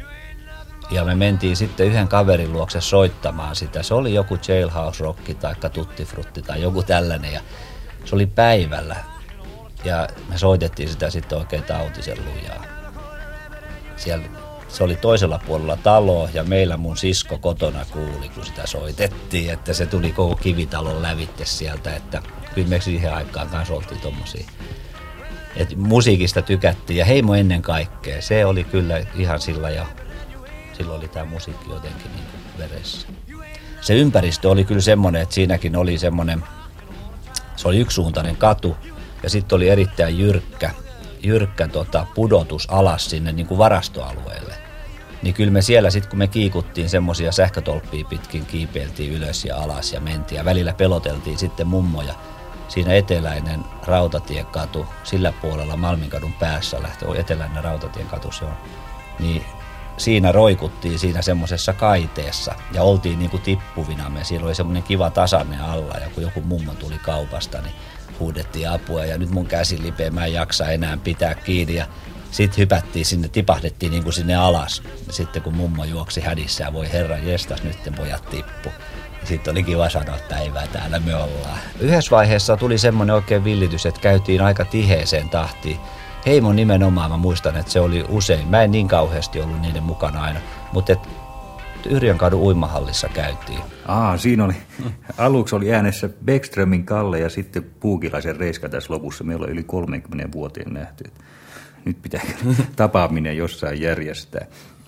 Ja me mentiin sitten yhden kaverin luokse soittamaan sitä. Se oli joku Jailhouse Rock tai Tutti Frutti tai joku tällainen. Ja se oli päivällä. Ja me soitettiin sitä sitten oikein tautisen lujaa. Siellä se oli toisella puolella taloa ja meillä mun sisko kotona kuuli, kun sitä soitettiin. Että se tuli koko kivitalon lävitte sieltä. Että kyllä me siihen aikaan kanssa oltiin tommosia. Että musiikista tykättiin ja Heimo ennen kaikkea. Se oli kyllä ihan sillä ja silloin oli tämä musiikki jotenkin niin veressä. Se ympäristö oli kyllä semmoinen, että siinäkin oli semmoinen, se oli yksisuuntainen katu ja sitten oli erittäin jyrkkä pudotus alas sinne niin kuin varastoalueelle. Niin kyllä me siellä sitten kun me kiikuttiin semmoisia sähkötolppia pitkin kiipeiltiin ylös ja alas ja mentiin ja välillä peloteltiin sitten mummoja. Siinä eteläinen Rautatiekatu, sillä puolella Malminkadun päässä lähtee eteläinen Rautatiekatu se on, niin siinä roikuttiin siinä semmoisessa kaiteessa ja oltiin niinku tippuvina. Siellä oli semmoinen kiva tasanne alla ja kun joku mummo tuli kaupasta, niin huudettiin apua ja nyt mun käsi lipeä, mä en jaksa enää pitää kiinni ja sitten hypättiin sinne, tipahdettiin niinku sinne alas. Ja sitten kun mummo juoksi hädissään, voi herran jestas, nyt pojat tippu. Sitten oli kiva sanoa, että päivää täällä me ollaan. Yhdessä vaiheessa tuli semmoinen oikein villitys, että käytiin aika tiheeseen tahtiin. Heimo nimenomaan, mä muistan, että se oli usein. Mä en niin kauheasti ollut niiden mukana aina, mutta Yrjönkadun uimahallissa käytiin. Siinä oli, aluksi oli äänessä Bäckströmin Kalle ja sitten Puukilaisen Reiska tässä lopussa. Meillä oli yli 30 vuoteen nähty. Nyt pitää tapaaminen jossain järjestää.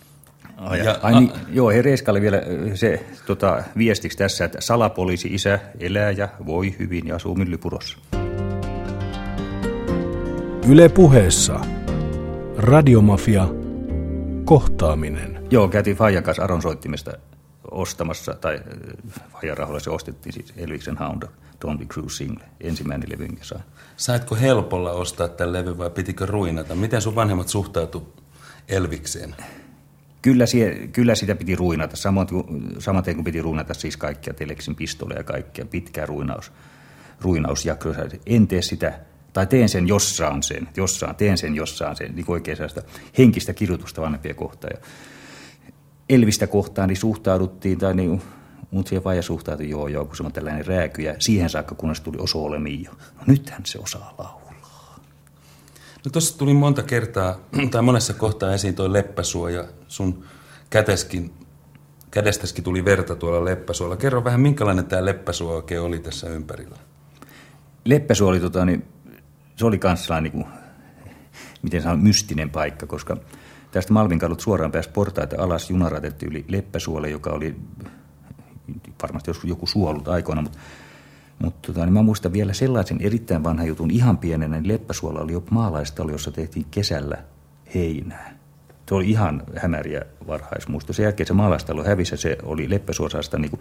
Hei Reiskalle vielä se viestiksi tässä, että salapoliisi isä elää ja voi hyvin ja asuu Myllypurossa. Yle Puheessa Radiomafia kohtaaminen. Joo, käytiin Fajan kanssa Aron soittimesta ostamassa, tai Fajan rahoilla se ostettiin siis Elviksen Hound Don't Be Cruel single, ensimmäinen levy, minkä sai. Saitko helpolla ostaa tämän levyn vai pitikö ruinata? Miten sun vanhemmat suhtautu Elvikseen? Kyllä sitä piti ruinata, samaten kuin piti ruinata siis kaikkia Telexin pistoleja ja kaikkia, pitkää ruinausjaksoa. En tee sitä, tai teen sen jossain, niin oikein sellaista henkistä kirjoitusta vanhempia kohtaan. Ja Elvistä kohtaan niin suhtauduttiin, tai niin, mutta siihen Faija suhtautui joo, kun se on tällainen rääky, ja siihen saakka, kunnes tuli Oso ole Mio. No nythän se osaa laulaa. No tuossa tuli monta kertaa, tai monessa kohtaa esiin toi Leppäsuo, ja sun kädestäskin tuli verta tuolla Leppäsuolla. Kerro vähän, minkälainen tämä Leppäsuo oikein oli tässä ympärillä? Leppäsuo oli, se oli kans sellainen, niin kuin, miten sanon, mystinen paikka, koska tästä Malminkadulta suoraan pääsi portaita alas, junaratettiin yli Leppäsuolle, joka oli varmasti joskus joku suolut aikoina, mutta niin mä muistan vielä sellaisen erittäin vanhan jutun, ihan pienenä, niin Leppäsuolla oli jo maalaistalo, jossa tehtiin kesällä heinää. Se oli ihan hämäriä varhaismuisto. Sen jälkeen se maalaistalo hävisi ja se oli Leppäsuosasta niin kuin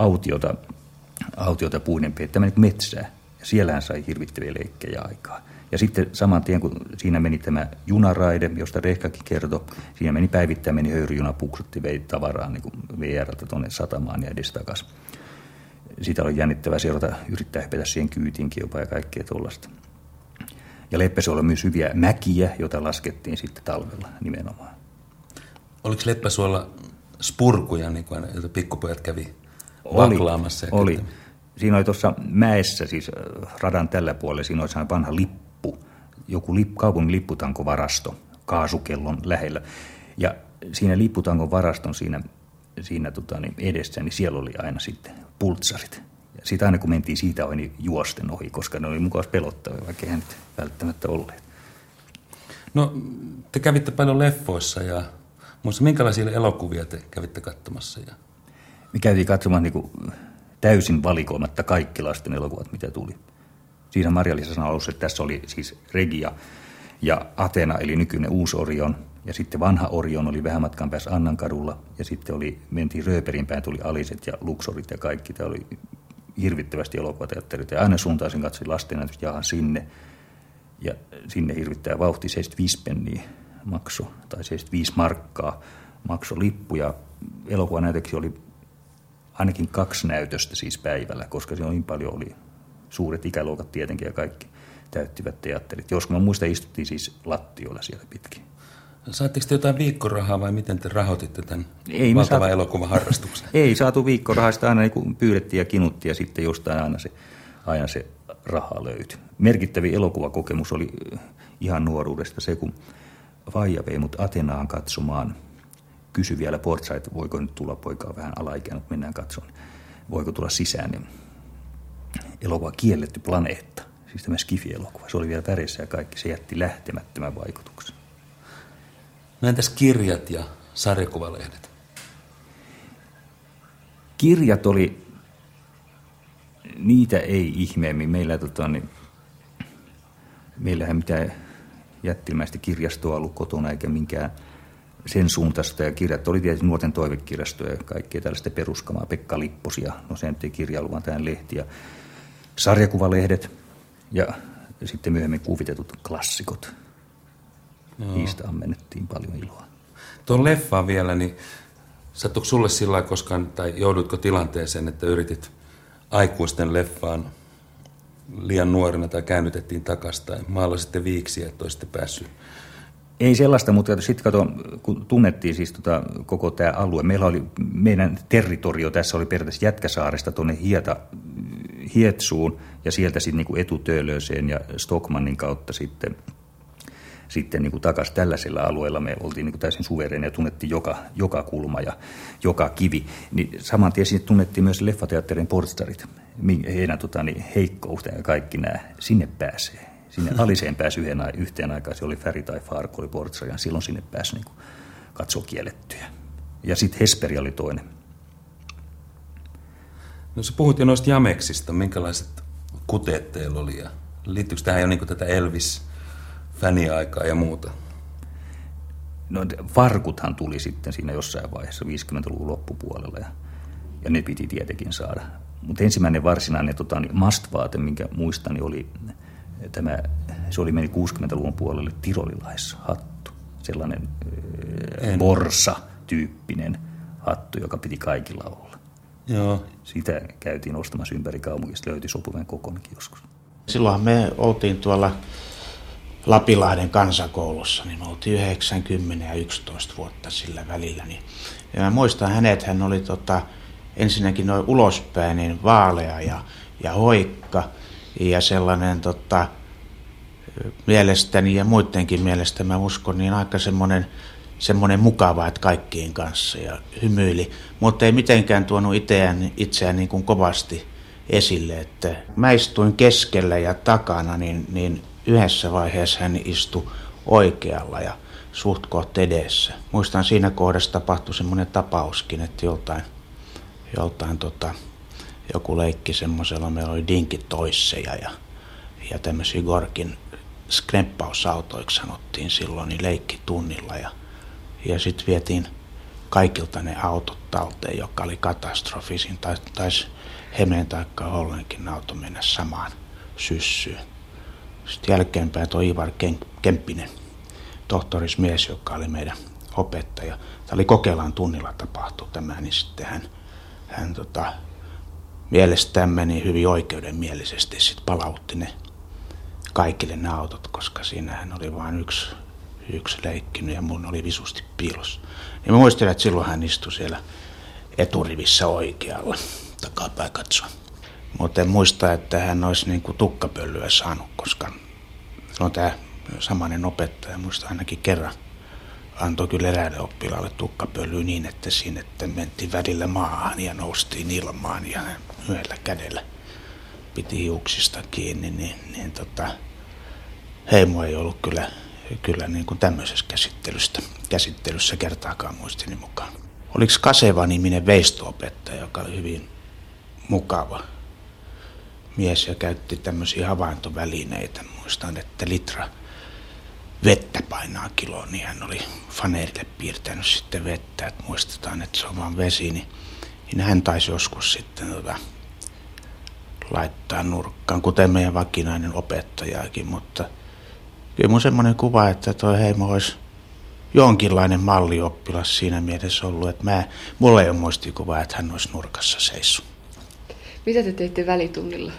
autiota puinen tämä niin metsää. Ja siellähän sai hirvittäviä leikkejä aikaa. Ja sitten saman tien, kun siinä meni tämä junaraide, josta Rehkakin kertoi, siinä meni päivittäin, meni höyryjuna, puksutti, vei tavaraa niin VR:ltä tuonne satamaan ja edestakaisin. Siitä oli jännittävää seurata, yrittää hypätä siihen kyytiinkin jopa ja kaikkea tuollaista. Ja Leppäsuolla myös hyviä mäkiä, joita laskettiin sitten talvella nimenomaan. Oliko Leppäsuolla spurkuja, niin kuin, joita pikkupojat kävi vaklaamassa? Oli. Siinä oli tuossa mäessä, siis radan tällä puolella, siinä oli vanha lippu, joku kaupungin lipputankovarasto kaasukellon lähellä. Ja siinä lipputangon varaston siinä edessä, niin siellä oli aina sitten pultsarit. Sitä aina kun mentiin siitä ohi, niin juosten ohi, koska ne oli mukaan pelottavia, vaikka eihän nyt välttämättä olleet. No, te kävitte paljon leffoissa ja muista minkälaisia elokuvia te kävitte katsomassa? Me käytiin katsomaan niin kuin täysin valikoimatta kaikki lasten elokuvat, mitä tuli. Siinä Marja-Liisa sanoi alussa, että tässä oli siis Regia ja Athena, eli nykyinen Uusi Orion. Ja sitten vanha Orion oli vähän matkan päässä Annankadulla. Ja sitten mentiin Rööperin päin, tuli Aliset ja Luxorit ja kaikki. Tämä oli hirvittävästi elokuvateatterit. Ja aina suuntaisin katsoin lastennäytöstä jahan sinne. Ja sinne hirvittää vauhti 75 penniä maksoi, tai 75 markkaa maksoi lippu. Ja elokuvanäytöksi oli ainakin 2 näytöstä siis päivällä, koska siinä niin paljon oli suuret ikäluokat tietenkin ja kaikki täyttivät teatterit. Joskus mä muistan, istuttiin siis lattioilla siellä pitkin. Saatteko te jotain viikkorahaa vai miten te rahoititte tämän valtavan elokuvaharrastuksen? Ei saatu viikkorahaa, sitä aina niin pyydettiin ja kinuttiin ja sitten jostain aina se raha löytyi. Merkittävin elokuvakokemus oli ihan nuoruudesta se, kun vaija vei mut Athenaan katsomaan. Kysyi vielä Portsa, että voiko nyt tulla, poikaa vähän alaikäinen, mutta mennään katsomaan. Voiko tulla sisään? Niin elokuva Kielletty planeetta, siis tämä Skifi-elokuva. Se oli vielä väreissä ja kaikki. Se jätti lähtemättömän vaikutuksen. No entäs kirjat ja sarjakuvalehdet? Kirjat oli, niitä ei ihmeemmin. Meillähän mitään jättimäistä kirjastoa ollut kotona eikä minkään sen suuntaista. Ja kirjat oli tietysti nuorten toivekirjastoja ja kaikkea tällaista peruskamaa. Pekka Lipposia, no se nyt ei kirjailu, vaan tämän lehti. Ja sarjakuvalehdet ja sitten myöhemmin kuvitetut klassikot. Niistä ammennettiin paljon iloa. Tuon leffaan vielä, niin sattuiko sulle sillä koskaan, tai joudutko tilanteeseen, että yritit aikuisten leffaan liian nuorena tai käännytettiin takaisin tai maalasitte viiksiä, että olisitte päässyt? Ei sellaista, mutta sitten kato, kun tunnettiin siis koko tämä alue. Meidän territorio tässä oli periaatteessa Jätkäsaaresta tuonne Hietsuun ja sieltä sitten niin Etutöölöseen ja Stockmannin kautta sitten niin takaisin tällaisella alueella. Me oltiin niin täysin suvereenia ja tunnettiin joka kulma ja joka kivi. Niin saman tien sinne tunnettiin myös leffateatterin portstarit. Heidän heikkoutta ja kaikki nämä. Sinne pääsee. Sinne Aliseen pääsi yhteen aikaan. Se oli Färi tai Farko oli portstari ja silloin sinne pääsi niin katsoa Kiellettyjä. Ja sitten Hesperi oli toinen. No sä puhut jo noista jameksista. Minkälaiset kuteet teillä oli? Ja liittyykö tähän jo niin tätä Elvis-fäniaikaa ja muuta? No farkuthan tuli sitten siinä jossain vaiheessa 50-luvun loppupuolella ja ne piti tietenkin saada. Mutta ensimmäinen varsinainen must-vaate, minkä muistani, oli se oli meni 60-luvun puolelle tirolilaishattu. Sellainen borsa-tyyppinen hattu, joka piti kaikilla olla. Joo. Sitä käytiin ostamassa ympäri kaupungista, löytyi sopivan kokonkin joskus. Silloinhan me oltiin tuolla Lapinlahden kansakoulussa, niin me oltiin 9, 10 ja 11 vuotta sillä välillä. Ja mä muistan hän oli ensinnäkin noin ulospäin niin vaalea ja hoikka ja sellainen mielestäni ja muidenkin mielestä mä uskon niin aika semmoinen mukava, että kaikkien kanssa ja hymyili, mutta ei mitenkään tuonut itseään niin kuin kovasti esille, että mä istuin keskellä ja takana, niin yhdessä vaiheessa hän istui oikealla ja suht koht edessä. Muistan siinä kohdassa tapahtui semmoinen tapauskin, että joltain joku leikki semmoisella, meillä oli dinkit toisseja ja tämmöisiä Gorkin skremppausautoiksi sanottiin silloin, niin leikki tunnilla ja sitten vietiin kaikilta ne autot talteen, joka oli katastrofisin. Taisi Hemeen taikka Hollankin auto mennä samaan syssyyn. Sitten jälkeenpäin tuo Ivar Kemppinen, tohtorismies, joka oli meidän opettaja. Tämä oli Kokelan tunnilla tapahtui tämä, niin sitten hän mielestään meni hyvin oikeudenmielisesti. Sitten palautti ne kaikille ne autot, koska siinähän oli vain yksi leikkinyt ja mun oli visusti piilossa. Niin mä muistelin, että silloin hän istui siellä eturivissä oikealla, takapäin katsoa. Mutta en muista, että hän olisi niinku tukkapöllyä saanut, koska silloin tämä samainen opettaja, muista ainakin kerran antoi kyllä eräälle oppilaalle tukkapölyä niin, että siinä että mentiin välillä maahan ja noustiin ilmaan ja yhdellä kädellä piti hiuksista kiinni, niin Heimo ei ollut kyllä niin kuin tämmöisessä käsittelyssä kertaakaan muistini mukaan. Oliko Kaseva-niminen veistoopettaja, joka oli hyvin mukava mies ja käytti tämmöisiä havaintovälineitä. Muistan, että litra vettä painaa kiloon, niin hän oli faneerille piirtänyt sitten vettä, että muistetaan, että se on vaan vesi, niin hän taisi joskus sitten laittaa nurkkaan, kuten meidän vakinainen opettajakin, mutta kyllä mun semmoinen kuva, että toi Heimo olisi jonkinlainen mallioppilas siinä mielessä ollut, että mulla ei ole muistikuvaa, että hän olisi nurkassa seissyt. Mitä te teitte välitunnilla?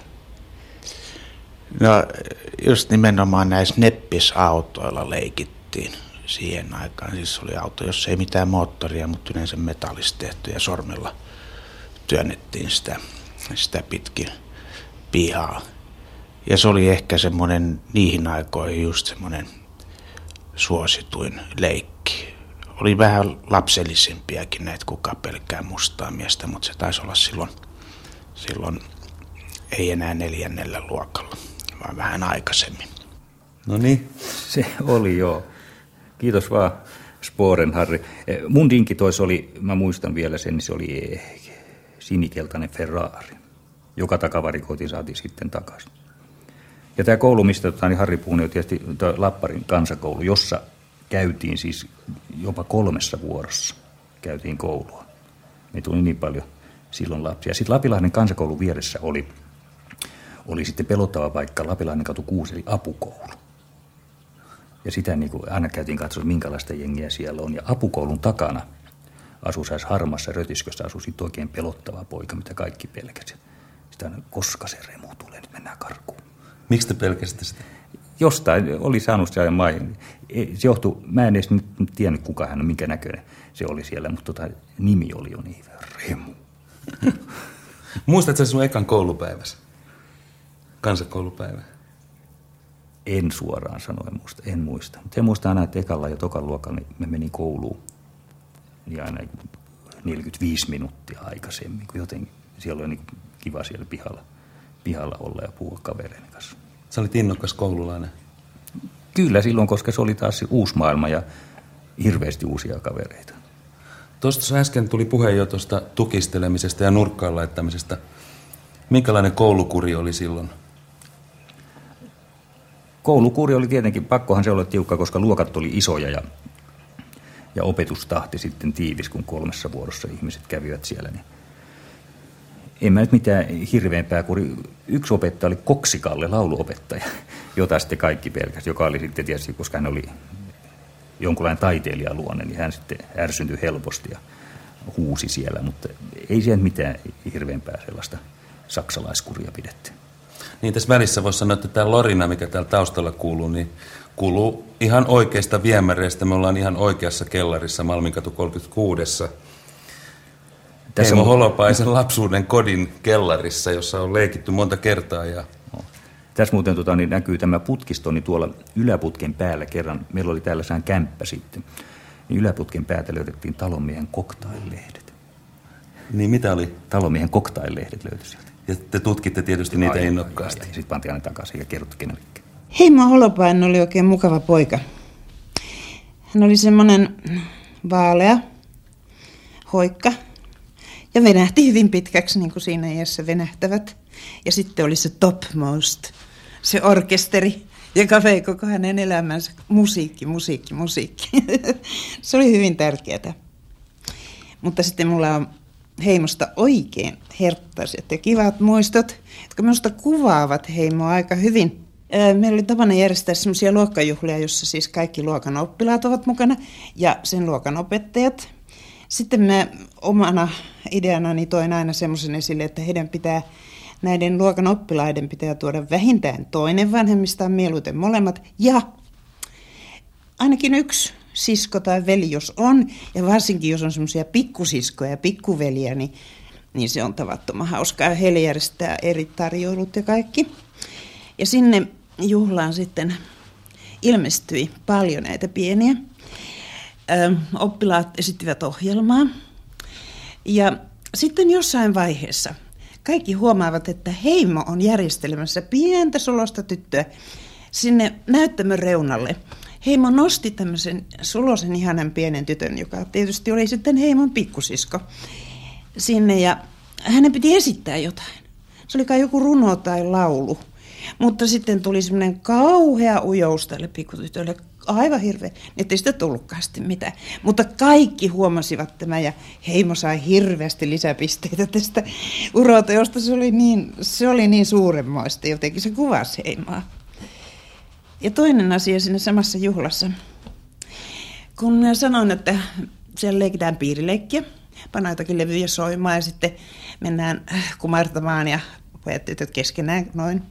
No just nimenomaan näissä neppisautoilla leikittiin siihen aikaan. Siis oli auto, jossa ei mitään moottoria, mutta yleensä metallista tehty ja sormella työnnettiin sitä pitkin pihaa. Ja se oli ehkä semmoinen niihin aikoihin just semmoinen suosituin leikki. Oli vähän lapsellisimpiakin näitä Kuka pelkää mustaa miestä, mutta se taisi olla silloin ei enää 4. luokalla, vaan vähän aikaisemmin. No niin. Se oli joo. Kiitos vaan, Sporen Harri. Mun dinkitois oli, mä muistan vielä sen, niin se oli sinikeltainen Ferrari, joka takavarikoitiin saatiin sitten takaisin. Ja tämä koulu, mistä niin Harri puhui, on tietysti Lapparin kansakoulu, jossa käytiin siis jopa 3 vuorossa käytiin koulua. Me tuli niin paljon silloin lapsia. Sitten Lapinlahden kansakoulun vieressä oli sitten pelottava paikka Lapinlahden katu 6, eli apukoulu. Ja sitä niin kuin aina käytiin katsoa, minkälaista jengiä siellä on. Ja apukoulun takana asui harmassa rötiskössä, asui sitten oikein pelottava poika, mitä kaikki pelkäsivät. Sitä koska se Remu tulee, nyt mennään karkuun. Miksi te pelkäsitte sitä? Jostain oli saanut siellä maihin. Se johtui, mä en edes nyt tiennyt kuka hän on, minkä näköinen se oli siellä, mutta nimi oli jo niin Remu. Muistatko sun ekan koulupäivässä? Kansakoulupäivä? En suoraan sanoen muista, en muista. Mutta en muista aina, että ekalla ja tokan luokalla niin me menin kouluun ja aina 45 minuuttia aikaisemmin, kun jotenkin siellä oli niin kiva siellä pihalla olla ja puhua kavereiden kanssa. Sä olit innokas koululainen? Kyllä silloin, koska se oli taas se uusi maailma ja hirveästi uusia kavereita. Tuosta äsken tuli puhe jo tuosta tukistelemisesta ja nurkkaan laittamisesta. Minkälainen koulukuri oli silloin? Koulukuri oli tietenkin, pakkohan se olla tiukka, koska luokat oli isoja ja opetustahti sitten tiivis, kun 3 vuorossa ihmiset kävivät siellä. Niin en mä nyt mitään hirveämpää, kun yksi opettaja oli Koksikalle, lauluopettaja, jota sitten kaikki pelkäsi, joka oli sitten tietysti, koska hän oli jonkunlainen taiteilijaluonne, niin hän sitten ärsyntyi helposti ja huusi siellä, mutta ei siellä mitään hirveämpää sellaista saksalaiskuria pidetty. Niin tässä välissä voisi sanoa, että tämä lorina, mikä täällä taustalla kuuluu, niin kuuluu ihan oikeista viemäreistä. Me ollaan ihan oikeassa kellarissa Malminkatu 36. Heimo Holopaisen lapsuuden kodin kellarissa, jossa on leikitty monta kertaa. Ja tässä muuten niin näkyy tämä putkisto, niin tuolla yläputken päällä kerran, meillä oli täällä sään kämppä sitten, niin yläputken päältä löydettiin talonmiehen cocktail-lehdet. Niin mitä oli? Talonmiehen cocktail-lehdet löytyi sieltä. Ja te tutkitte tietysti niitä innokkaasti. Sitten pantiin aina takaisin ja kerrottu kenellekin. Heimo Holopainen oli oikein mukava poika. Hän oli semmoinen vaalea, hoikka ja venähti hyvin pitkäksi, niin kuin siinä iässä venähtävät. Ja sitten oli se topmost, se orkesteri, joka vei koko hänen elämänsä musiikki. Se oli hyvin tärkeää. Mutta sitten mulla on Heimosta oikein herttaiset ja kivat muistot, jotka minusta kuvaavat Heimoa aika hyvin. Meillä oli tapana järjestää semmoisia luokkajuhlia, jossa siis kaikki luokan oppilaat ovat mukana ja sen luokan opettajat. Sitten mä omana ideanani toin aina semmoisen esille, että näiden luokan oppilaiden pitää tuoda vähintään toinen vanhemmistaan, mieluiten molemmat, ja ainakin yksi sisko tai veli, jos on, ja varsinkin jos on semmoisia pikkusiskoja ja pikkuveliä, niin se on tavattoman hauskaa. Heille järjestää eri tarjoilut ja kaikki. Ja sinne juhlaan sitten ilmestyi paljon näitä pieniä. oppilaat esittivät ohjelmaa. Ja sitten jossain vaiheessa kaikki huomaavat, että Heimo on järjestelemässä pientä sulosta tyttöä sinne näyttämön reunalle. Heimo nosti tämmöisen sulosen ihanan pienen tytön, joka tietysti oli sitten Heimon pikkusisko, sinne ja hänen piti esittää jotain. Se oli kai joku runo tai laulu, mutta sitten tuli semmoinen kauhea ujous tälle pikkutytölle, aivan hirveä, ettei sitä tullutkaan sitten mitään. Mutta kaikki huomasivat tämän ja Heimo sai hirveästi lisäpisteitä tästä uroteosta. Se oli niin suuremmoista, jotenkin se kuvasi Heimoa. Ja toinen asia siinä samassa juhlassa, kun minä sanoin, että siellä leikitään piirileikkiä, pannaan jotakin levyjä soimaan ja sitten mennään kumartamaan ja pojat tytöt keskenään noin.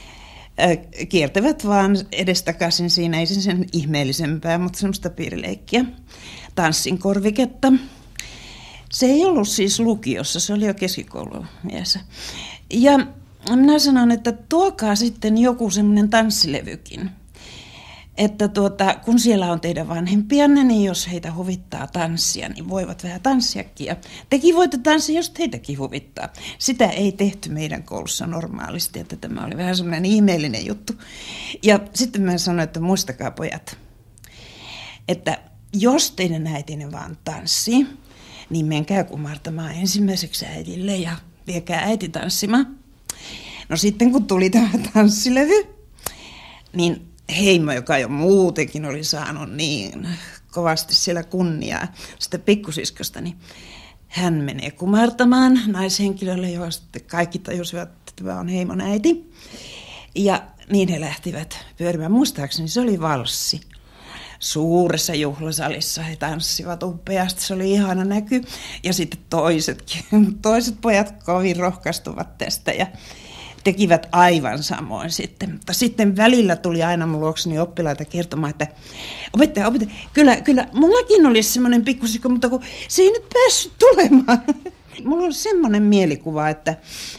Kiertävät vaan edestakaisin, siinä ei sen ihmeellisempää, mutta semmoista piirileikkiä, tanssin korviketta. Se ei ollut siis lukiossa, se oli jo keskikouluiässä. Ja minä sanon, että tuokaa sitten joku semmoinen tanssilevykin. Että kun siellä on teidän vanhempianne, niin jos heitä huvittaa tanssia, niin voivat vähän tanssiakin. Ja tekin voitte tanssia, jos teitäkin huvittaa. Sitä ei tehty meidän koulussa normaalisti, että tämä oli vähän semmoinen ihmeellinen juttu. Ja sitten mä sanoin, että muistakaa pojat, että jos teidän äitinne vaan tanssii, niin menkää kumartamaan ensimmäiseksi äidille ja viekää äiti tanssimaan. No sitten kun tuli tämä tanssilevy, niin Heimo, joka jo muutenkin oli saanut niin kovasti siellä kunniaa sitä pikkusiskosta, niin hän menee kumartamaan naishenkilölle, joka sitten kaikki tajusivat, että tämä on Heimon äiti. Ja niin he lähtivät pyörimään. Muistaakseni se oli valssi. Suuressa juhlasalissa he tanssivat upeasti, se oli ihana näky. Ja sitten toiset pojat kovin rohkaistuvat tästä ja tekivät aivan samoin sitten. Mutta sitten välillä tuli aina mun luokseni oppilaita kertomaan, että opettaja, kyllä mullakin olisi semmoinen pikkusisko, mutta kun se ei nyt päässyt tulemaan. Mulla oli semmoinen mielikuva, että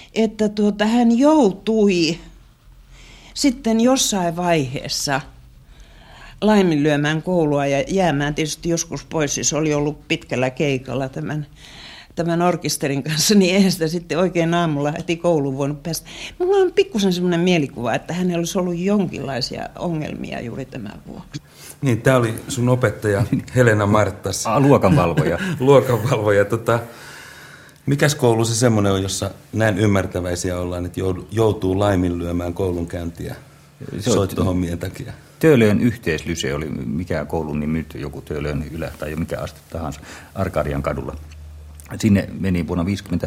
hän joutui sitten jossain vaiheessa laiminlyömään koulua ja jäämään tietysti joskus pois. Siis oli ollut pitkällä keikalla tämän orkesterin kanssa, niin eihän sitä sitten oikein aamulla heti kouluun voinut päästä. Mulla on pikkusen semmoinen mielikuva, että hänellä olisi ollut jonkinlaisia ongelmia juuri tämän vuoksi. Niin, tämä oli sun opettaja Helena Marttas. Luokanvalvoja. Luokanvalvoja. Mikäs koulu se semmoinen on, jossa näin ymmärtäväisiä ollaan, että joutuu laiminlyömään koulunkäyntiä soittohommien takia? Töölön yhteislyse oli, mikä koulun nimi nyt, joku Töölön ylä tai mikä aste tahansa, Arkadian kadulla. Sinne meni vuonna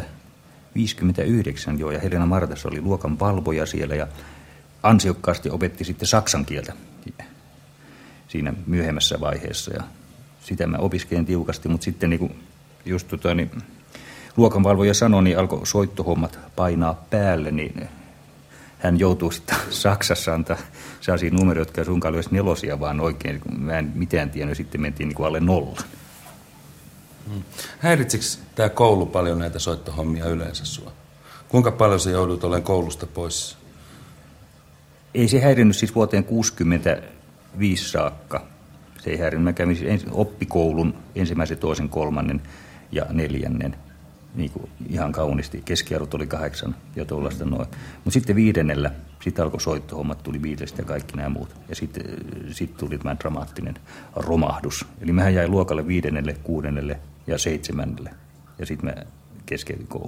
1959 jo, ja Helena Marttas oli luokan valvoja siellä ja ansiokkaasti opetti sitten saksan kieltä siinä myöhemmässä vaiheessa. Ja sitä mä opiskelin tiukasti, mutta sitten niin kuin just luokanvalvoja sanoi, niin alkoi soittohommat painaa päälle, niin hän joutuu sitten Saksassa antaa sellaisia numeroita, jotka ei suinkaan olisi nelosia, vaan oikein, kun mä en mitään tiennyt, sitten mentiin niin kuin alle nollan. Häiritsikö tämä koulu paljon näitä soittohommia yleensä sua? Kuinka paljon sä joudut olemaan koulusta pois? Ei se häirinnyt siis vuoteen 1965 saakka. Se ei häirinnyt. Mä kävin oppikoulun 1., 2., 3. ja 4. Niin kuin ihan kauniisti. Keskiarvot oli 8 ja tuollaista noin. Mutta sitten 5. sitten alkoi soittohommat, tuli 5. ja kaikki nämä muut. Ja sitten tuli tämä dramaattinen romahdus. Eli mähän jäin luokalle 5., 6. ja 7. Ja sitten mä keskeytin koulun.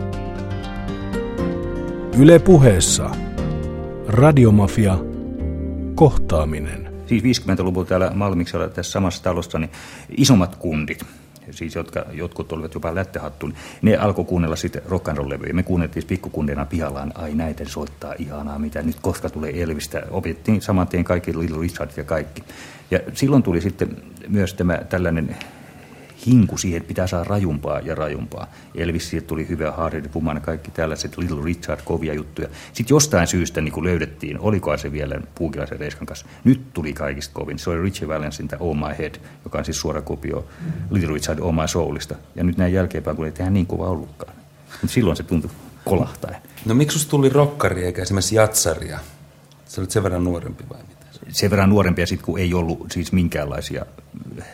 Yle Puheessa. Radiomafia. Kohtaaminen. Siis 50-luvulla täällä Malmiksella tässä samassa talossa niin isommat kundit, siis jotkut olivat jopa lättehattuun, ne alkoi kuunnella sitten rock'n'roll-levyjä. Me kuunneltiin pikkukundeina pihallaan, ai näitä soittaa ihanaa, mitä nyt koska tulee Elvistä. Opettiin saman tien kaikki Little Richard ja kaikki. Ja silloin tuli sitten myös tämä tällainen hinku siihen, että pitää saada rajumpaa ja rajumpaa. Elvis siitä tuli hyvä, Hardy Puman ja kaikki tällaiset, Little Richard, kovia juttuja. Sitten jostain syystä niin kun löydettiin, olikohan se vielä Puukilaisen Reiskan kanssa, nyt tuli kaikista kovin. Se oli Richie Valencein Oh My Head, joka on siis suora kopio Little Richard Oh My Soulista. Ja nyt näin jälkeenpäin, kun ei tehdä niin kova ollutkaan. Mutta silloin se tuntui kolahtaen. No miksi susta tuli rokkari eikä esimerkiksi jatsaria? Sä olit sen verran nuorempi vai mitä? Sen verran nuorempia sitten, kun ei ollut siis minkäänlaisia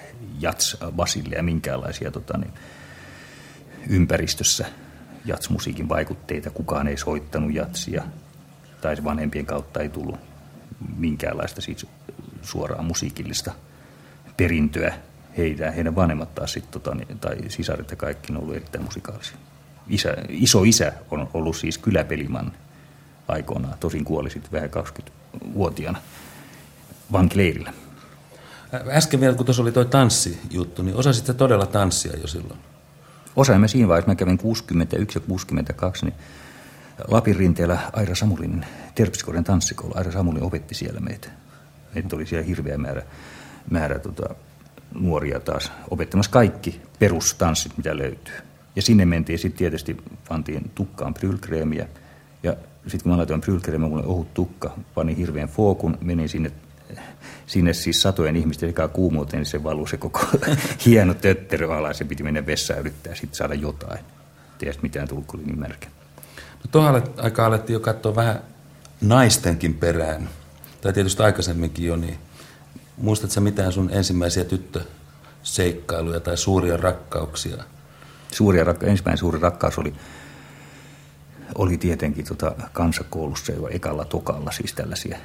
jats-basille ja minkäänlaisia ympäristössä jatsmusiikin vaikutteita. Kukaan ei soittanut jatsia tai vanhempien kautta ei tullut minkäänlaista siis suoraa musiikillista perintöä. Heidän vanhemmat taas sitten, tai sisaret ja kaikki on ollut erittäin musikaalisia. Iso-isä on ollut siis kyläpeliman aikoinaan, tosin kuoli sitten vähän 20-vuotiaana vankileirillä. Äsken vielä, kun tuossa oli toi tanssijuttu, niin osasit sä todella tanssia jo silloin? Osaimme siinä vaiheessa, mä kävin 61 ja 62, niin Lapin rinteellä Aira Samulin Terpsikoiden tanssikoulu. Aira Samulin opetti siellä meitä. Meitä oli siellä hirveä määrä nuoria taas opettamassa kaikki perustanssit, mitä löytyy. Ja sinne mentiin, sitten tietysti pantiin tukkaan prylkreemiä. Ja sitten kun mä laitoin prylkreemiä, mulle ohut tukka, panin hirveän fookun, menin sinne siis satojen ihmisten sekä kuumuuteen, niin se valui se koko hieno tötterö alas. Se piti mennä vessaan yrittää sitten saada jotain. Tiedätkö mitään tullut, kun oli niin märkä. No tuohon aikaan alettiin jo katsoa vähän naistenkin perään. Tai tietysti aikaisemminkin jo, niin muistatko mitään sun ensimmäisiä tyttöseikkailuja tai suuria rakkauksia? Ensimmäinen suuri rakkaus oli tietenkin kansakoulussa jo ekalla tokalla, siis tällaisia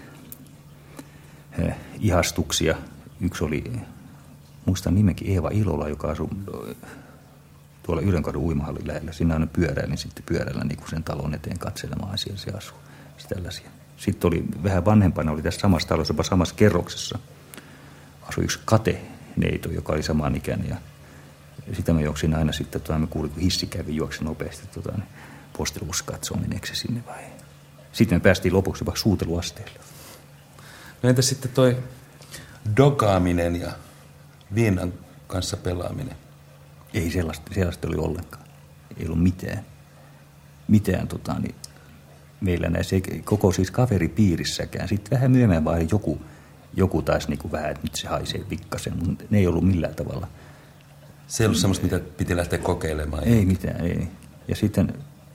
ihastuksia. Yksi oli, muistan nimenkin, Eeva Ilola, joka asui tuolla Ylenkadun uimahallin lähellä. Siinä aina pyöräilin sitten pyörällä niin kuin sen talon eteen katselemaan, siellä se asui. Tällaisia. Sitten oli vähän vanhempana, oli tässä samassa talossa, jopa samassa kerroksessa. Asui yksi kateneito, joka oli samaan ikäinen. Ja sitä mä juoksin aina sitten, me kuulin, kun hissi kävi, juoksin nopeasti postelussa katsoa, meneekö se sinne vai. Sitten me päästiin lopuksi jopa suuteluasteelle. No entä sitten toi dogaaminen ja viinan kanssa pelaaminen? Ei sellaista oli ollenkaan. Ei ollut mitään meillä näissä koko siis kaveripiirissäkään. Sitten vähän myöhemmin vaan joku taisi niinku vähän, että nyt se haisee pikkasen, mutta ne ei ollut millään tavalla. Se ei ollut semmoista, mitä piti lähteä kokeilemaan? Ei mitään, ei. Ja sitten,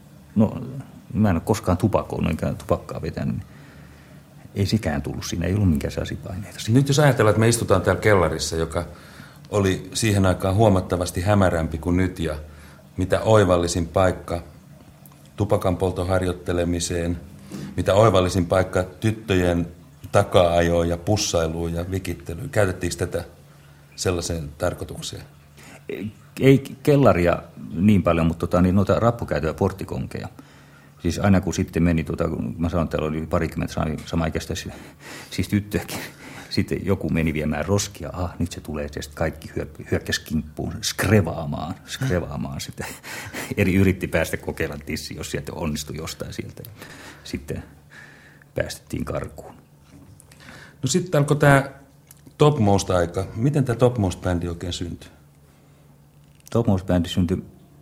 mä en ole koskaan tupakoinut, enkä tupakkaa vetänyt. Ei sikään tullut siinä, ei ollut minkään sellaisia paineita. Nyt jos ajatellaan, että me istutaan täällä kellarissa, joka oli siihen aikaan huomattavasti hämärämpi kuin nyt ja mitä oivallisin paikka tupakan polton harjoittelemiseen, mitä oivallisin paikka tyttöjen taka-ajoon ja pussailuun ja vikittelyyn. Käytettiinkö tätä sellaiseen tarkoitukseen? Ei kellaria niin paljon, mutta noita rappukäytöjä porttikonkeja. Siis aina kun sitten meni, kun mä sanoin, että täällä oli parikymmentä samaikäistä siis tyttöäkin. Sitten joku meni viemään roskia, nyt se tulee, ja sitten kaikki hyökkäsi kimppuun skrevaamaan sitä. Eri yritti päästä kokeilla tissi, jos sieltä onnistui jostain sieltä. Sitten päästettiin karkuun. No sitten alkoi tämä Topmost-aika. Miten tämä Topmost-bändi oikein syntyi? Topmost-bändi syntyi,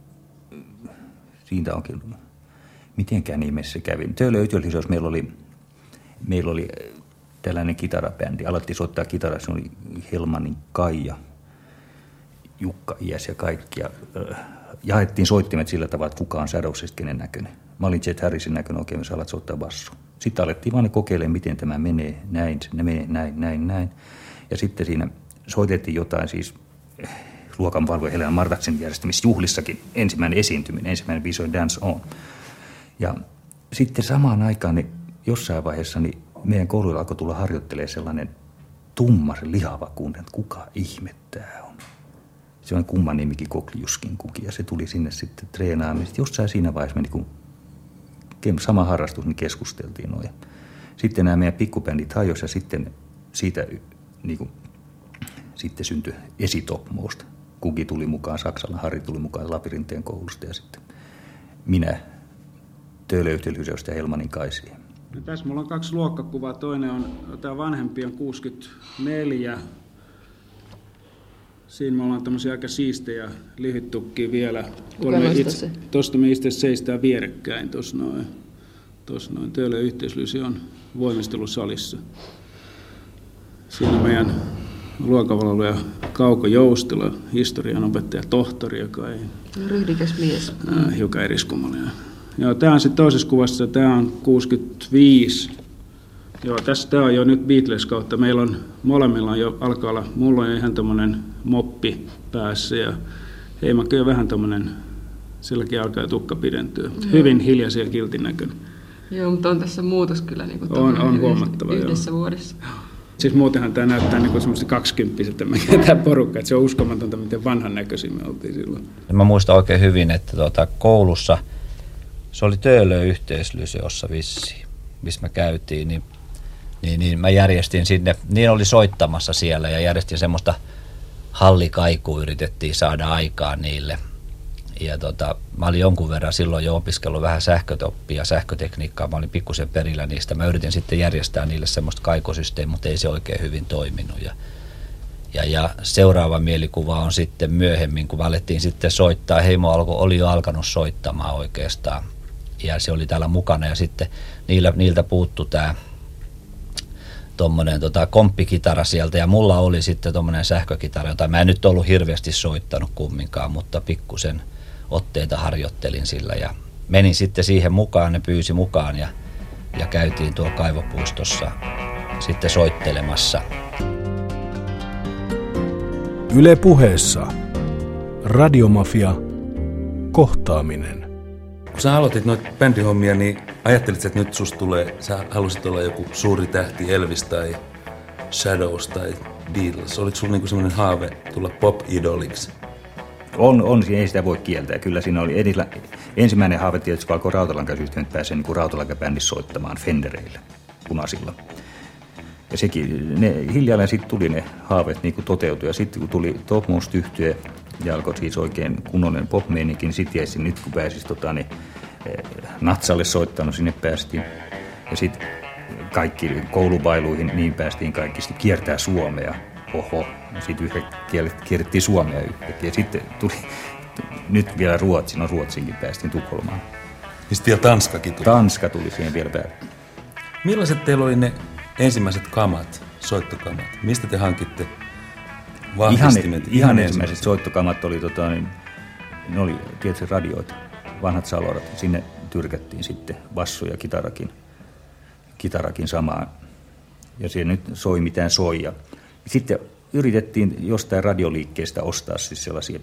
siitä onkin, mitenkään ihmeessä kävi. Töölöytyöllisyys meillä oli tällainen kitarabändi. Alettiin soittaa kitaraa, se oli Helmanin Kaija, Jukka Iäs ja kaikki. Ja jaettiin soittimet sillä tavalla, että kuka on Shadowsista kenen näköinen. Mä olin Jet Harrisin näköinen, oikein me alat soittaa basso. Sitten alettiin vaan kokeilemaan, miten tämä menee, näin, se menee, näin. Ja sitten siinä soitettiin jotain siis luokanvalvoja Helena Martaksen järjestämisjuhlissakin. Ensimmäinen esiintyminen, ensimmäinen biisi oli Dance On. Ja sitten samaan aikaan niin jossain vaiheessa niin meidän kouluilla alkoi tulla harjoittelemaan sellainen tumma, lihava kunde, että kuka ihme tää on. Se on kumman nimikin Kokliuskin kuki ja se tuli sinne sitten treenaamaan. Jossain siinä vaiheessa meni, kun sama harrastus, niin keskusteltiin noin. Sitten nämä meidän pikkubändit hajosi ja sitten siitä sitten syntyi Esitopmost. Kuki tuli mukaan Saksalla, Harri tuli mukaan Lapirinteen koulusta ja sitten minä Töölöyhtelyseosta ja Helmanin Kaisiin. No, tässä mulla on 2 luokkakuvaa. Toinen on, tämä vanhempi on 64. Siinä me ollaan tämmöisiä aika siistejä lyhyttukkia vielä. Tuosta me itse seistään vierekkäin. Tuossa noin. Töölön yhteislysi on voimistelusalissa. Siinä meidän luokanvalvoja Kauko Joustila, historian opettaja tohtori, joka ei... Ryhdikäs mies. Hiukan eriskummallinen. Joo, tämä on sitten toisessa kuvassa, tämä on 65. Joo, tämä on jo nyt Beatles kautta. Meillä on molemmilla alkaa olla, mulla on ihan tommonen moppi päässä ja Heimakki on vähän tommonen, silläkin alkaa tukka pidentyä. Hyvin hiljaisia kiltin näköinen. Joo, mutta on tässä muutos kyllä niin on huomattava, yhdessä vuodessa. Siis muutenhan tämä näyttää niin semmoista 20-vuotiaita tämä porukka, että se on uskomatonta, miten vanhan näköisiä me oltiin silloin. Mä muistan oikein hyvin, että koulussa, se oli Töölön yhteislyseossa vissiin, missä me käytiin, niin mä järjestin sinne, niin oli soittamassa siellä ja järjestin semmoista hallikaikua, yritettiin saada aikaan niille. Ja mä olin jonkun verran silloin jo opiskellut vähän sähkötoppia, sähkötekniikkaa, mä olin pikkusen perillä niistä. Mä yritin sitten järjestää niille semmoista kaikosysteemiä, mutta ei se oikein hyvin toiminut. Ja seuraava mielikuva on sitten myöhemmin, kun me alettiin sitten soittaa. Heimo oli jo alkanut soittamaan oikeastaan ja se oli täällä mukana ja sitten niiltä puuttui tämä tuommoinen komppikitara sieltä ja mulla oli sitten tuommoinen sähkökitara, jota mä en nyt ollut hirveästi soittanut kumminkaan, mutta pikkusen otteita harjoittelin sillä ja menin sitten siihen mukaan, ne pyysi mukaan ja käytiin tuolla kaivopuistossa sitten soittelemassa. Yle Puheessa Radiomafia kohtaaminen. Kun sä aloitit noita bändihommia, niin ajattelit, että nyt susta tulee, sä halusit olla joku suuri tähti, Elvis tai Shadows tai Beatles. Oliko sulla niinku semmoinen haave tulla pop-idoliksi? On, ei sitä voi kieltää. Kyllä siinä oli ensimmäinen haave tietysti, kun alkoi Rautalankasyhtiön, että pääsee niin Rautalanka-bändissä soittamaan Fendereillä, punaisilla. Ja sekin, hiljalleen sitten tuli ne haaveet niin toteutui. Ja sitten kun tuli Topmost-yhtye ja alkoi siis oikein kunnollinen pop-meininki, niin sitten jäisi nyt kun pääsisi Natsalle soittanut, sinne päästiin. Ja sitten kaikki koulubailuihin, niin päästiin kaikki sitten kiertää Suomea. Oho, sitten kierrettiin Suomea yhtäkkiä. Ja sitten tuli nyt vielä Ruotsinkin päästiin Tukholmaan. Ja sitten vielä Tanskakin tuli. Tanska tuli siihen vielä päälle. Millaiset teillä oli ne ensimmäiset kamat, soittokamat? Mistä te hankitte vahvistimet? Ihan ensimmäiset soittokamat oli, ne oli tietysti radioita, vanhat salorat. Sinne tyrkättiin sitten basso ja kitarakin samaan. Ja siellä nyt soi mitään soi. Ja sitten yritettiin jostain radioliikkeestä ostaa siis sellaisia